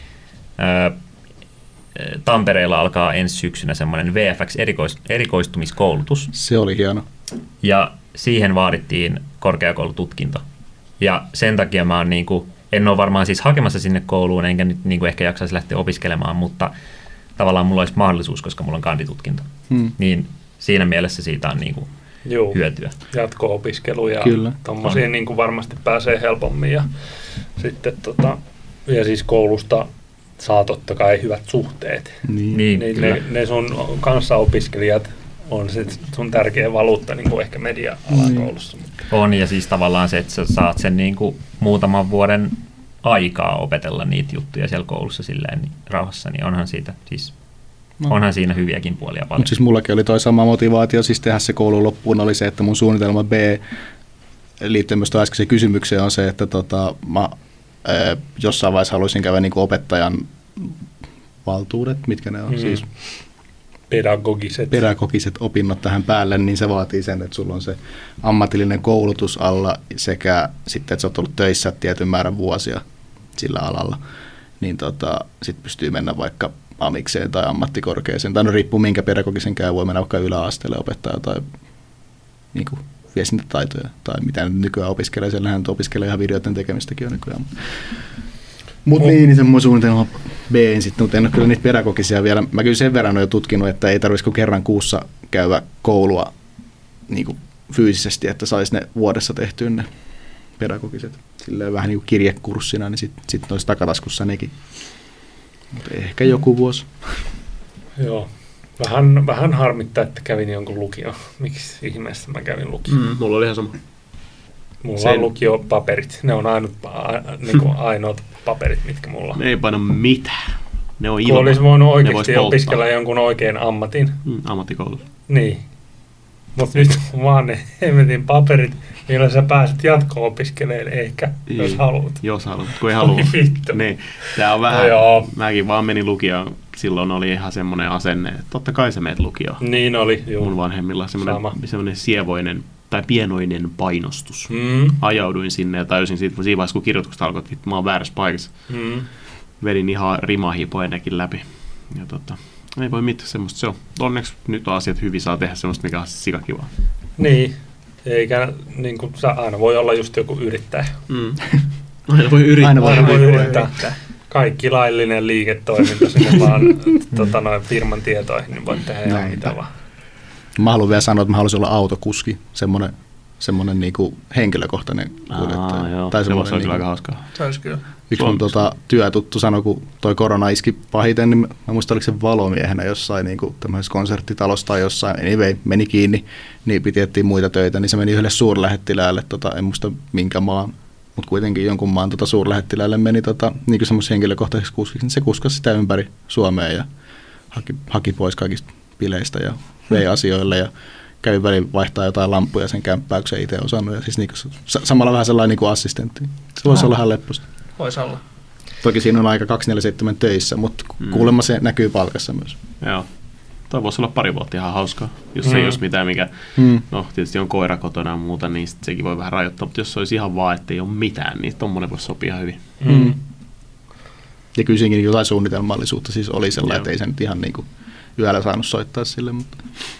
Tampereella alkaa ensi syksynä semmoinen VFX-erikoistumiskoulutus. Se oli hieno. Ja siihen vaadittiin korkeakoulututkinto. Ja sen takia mä en ole varmaan siis hakemassa sinne kouluun, enkä nyt ehkä jaksaisi lähteä opiskelemaan, mutta tavallaan mulla olisi mahdollisuus, koska mulla on kanditutkinto. Niin siinä mielessä siitä on hyötyä. Jatko-opiskelu ja tommosia varmasti pääsee helpommin. Ja sitten ja siis koulusta saa totta kai hyvät suhteet. Niin ne sun kanssaopiskelijat on se sun tärkeä valuutta ehkä media-alakoulussa. On, ja siis tavallaan se, että sä saat sen muutaman vuoden aikaa opetella niitä juttuja siellä koulussa silleen rauhassa, niin onhan siitä siis onhan siinä hyviäkin puolia paljon. Mutta siis mullakin oli toi sama motivaatio siis tehdä se koulun loppuun oli se, että mun suunnitelma B liittyen myös tuon äskeiseen kysymykseen on se, että mä jossain vaiheessa haluaisin käydä opettajan valtuudet, mitkä ne on siis pedagogiset opinnot tähän päälle, niin se vaatii sen, että sulla on se ammatillinen koulutus alla sekä sitten, että sä oot ollut töissä tietyn määrän vuosia sillä alalla, niin sitten pystyy mennä vaikka amikseen tai ammattikorkeeseen, tai no riippuu minkä pedagogisen käy, voi mennä vaikka yläasteelle opettaa jotain viestintätaitoja tai mitä nykyään opiskelee, siellähän opiskelee ihan videoiden tekemistäkin on nykyään. Mutta niin se mun suunnitelma B sitten, mutta en ole kyllä niitä pedagogisia vielä. Mä kyllä sen verran olen jo tutkinut, että ei tarvitsisi kuin kerran kuussa käydä koulua fyysisesti, että saisi ne vuodessa tehtyä ne pedagogiset. Silleen vähän kirjekurssina, niin sitten olisi takataskussa nekin. Mutta ehkä joku vuosi. Joo. Vähän harmittaa, että kävin jonkun lukion. Miksi ihmeessä mä kävin lukion? Mulla oli ihan sama. Mulla on lukiopaperit. Ne on ainoat paperit, mitkä mulla on. Ne ei paina mitään. Ne on ilman. Olisi voinut oikeasti opiskella jonkun oikein ammatin. Ammattikoulu. Niin. Mutta nyt vaan ne hemmetin paperit, millä sä pääset jatko-opiskelemaan ehkä, jos haluat. Jos haluat, kun ei halua. Niin. Tää on vähän, mäkin vaan menin lukioon. Silloin oli ihan semmoinen asenne, että totta kai sä meet lukioon. Niin oli, joo. Mun vanhemmilla semmoinen sievoinen tai pienoinen painostus. Ajauduin sinne ja tajusin siitä, siinä vaiheessa kun kirjoitukset alkoivat, että mä oon väärässä paikassa. Vedin ihan rimahipoennekin läpi. Ja ei voi mitään semmoista se on. Onneksi nyt on asiat hyvin, saa tehdä semmoista, mikä on sikakivaa. Niin, eikä niin kuin aina voi olla just joku yrittäjä. Aina voi yrittää. Kaikki laillinen liiketoiminta sinne vaan firman tietoihin, niin voit tehdä ihan mitä vaan. Mä haluan vielä sanoa, että mä haluaisin olla autokuski, semmoinen henkilökohtainen kuljettaja. Joo, se voisi olla kyllä aika hauskaa. Se olisi kyllä. Yksi mun työtuttu sanoi, kun toi korona iski pahiten, niin mä muistan, oliko se valomiehenä jossain tämmöisessä konserttitalossa tai jossain, meni kiinni, niin piti etsiä muita töitä, niin se meni yhdelle suurlähettiläälle, en muista minkä maan, mutta kuitenkin jonkun maan suurlähettiläälle meni niin semmoisen henkilökohtaiseksi kuskiksi, niin se kuskasi sitä ympäri Suomea ja haki pois kaikista bileistä ja vei asioille ja kävi väliin vaihtaa jotain lampuja sen kämppää, kun se itse osannut. Ja siis samalla vähän sellainen assistentti. Se voisi olla ihan lepposta. Voisi olla. Toki siinä on aika 247 töissä, mutta kuulemma se näkyy palkassa myös. Joo. Toi voisi olla pari vuotta ihan hauskaa. Jos ei olisi mitään, mikä no tietysti on koira kotona ja muuta, niin sekin voi vähän rajoittaa. Mutta jos se olisi ihan vaan, ettei ole mitään, niin tommoinen voisi sopia hyvin. Ja kyllä siinäkin jotain suunnitelmallisuutta siis oli sellainen, että ei se nyt ihan niin kuin yöllä saanut soittaa sille. Mutta...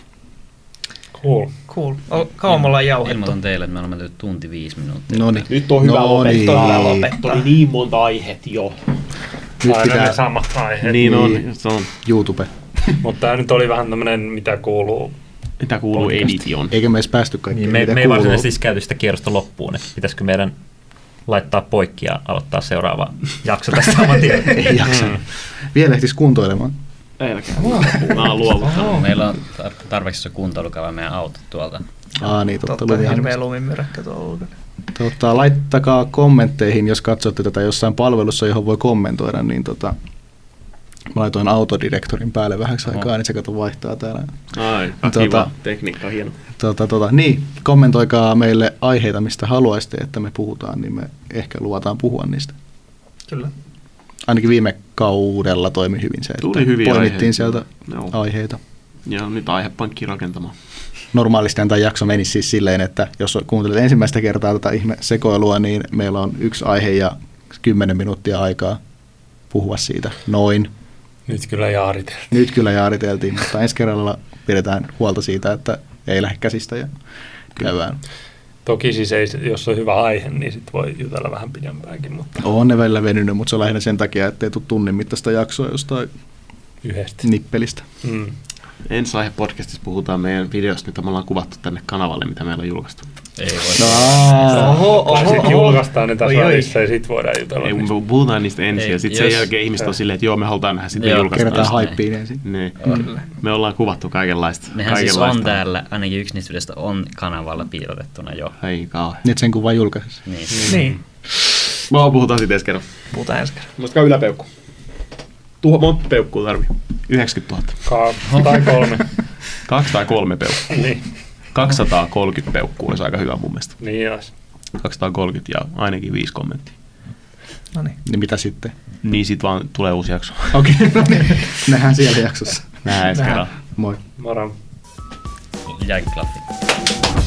Cool. Kauan me ollaan jauhettu? Ilmoitan teille, että me olemme nyt tunti 5 minuuttia. Noniin. Nyt on hyvä lopettaa. Oli niin monta aiheet jo. Nyt aina pitää... ne samat aiheet. Niin on. Se on. YouTube. Mutta tämä nyt oli vähän tämmöinen, mitä kuuluu Edition. Eikä me edes päästy kaikkeen, Niin, mitä me ei kuuluu. varsinaisesti siis käyty sitä kierrosta loppuun, että pitäisikö meidän laittaa poikki ja aloittaa seuraava jakso tästä saman tien. Ei jaksa. Vielä ehtis kuntoilemaan. Älkää. Luovuttaa. Meillä on tarpeeksi kuntoilukava meidän autot tuolta. Niin, Totta, hirveä lumimyräkkä tuolla ulkona. Laittakaa kommentteihin, jos katsotte tätä jossain palvelussa, johon voi kommentoida, niin mä laitoin autodirektorin päälle vähäksi aikaa, niin se kato vaihtaa täällä. Ai, kiva. Tekniikka hieno. Niin, kommentoikaa meille aiheita, mistä haluaisitte, että me puhutaan, niin me ehkä luvataan puhua niistä. Kyllä. Ainakin viime kaudella toimi hyvin se, että Tuli hyviä poimittiin aiheita. sieltä Joo. aiheita. Ja nyt aihepankki rakentamaan. Normaalisti tämä jakso menisi siis silleen, että jos kuuntelet ensimmäistä kertaa tätä ihme sekoilua, niin meillä on 1 aihe ja 10 minuuttia aikaa puhua siitä noin. Nyt kyllä jaariteltiin. Nyt kyllä jaariteltiin, mutta ensi kerralla pidetään huolta siitä, että ei lähde käsistä ja käydään. Toki siis ei, jos on hyvä aihe, niin sit voi jutella vähän pidempäänkin, mutta On ne välillä venynyt, mutta se on lähinnä sen takia, ettei tule tunnin mittaista jaksoa jostain yhdesti. nippelistä. Ensi aihe podcastissa puhutaan meidän videosta, mitä me ollaan kuvattu tänne kanavalle, mitä meillä on julkaistu. Ei voi. Tai sitten julkaistaan ne tässä välissä ja sit voidaan jutella. Ei, niistä. me puhutaan niistä ensin Ei, ja sitten sen jos- jälkeen ihmiset on silleen, että joo, me halutaan nähdä, sitten Joo, julkaistaan. Kerätään näin. haippiin ensin. Niin. Kyllä. Me ollaan kuvattu kaikenlaista. Nehän siis on täällä, ainakin yksi niistä videoista on kanavalla piilotettuna jo. Ei kauhean. Nyt sen kuvan julkaisisi. Niin. Niin, Puhutaan sitten ensi kerran. puhutaan ensi kerran. Muistakaa yläpeukku. Monta peukkua tarvii? 90 000. Tai 3. 2 tai 3 peukkua. Niin. 230 peukkua olisi aika hyvä mun mielestä. Niin olisi. 230 ja ainakin 5 kommenttia. No niin. Niin mitä sitten? Niin sit vaan tulee uusi jakso. Okei, nähdään siellä jaksossa. Nähdään ensi kerran. Moi. Moro. Jälkiklaffi.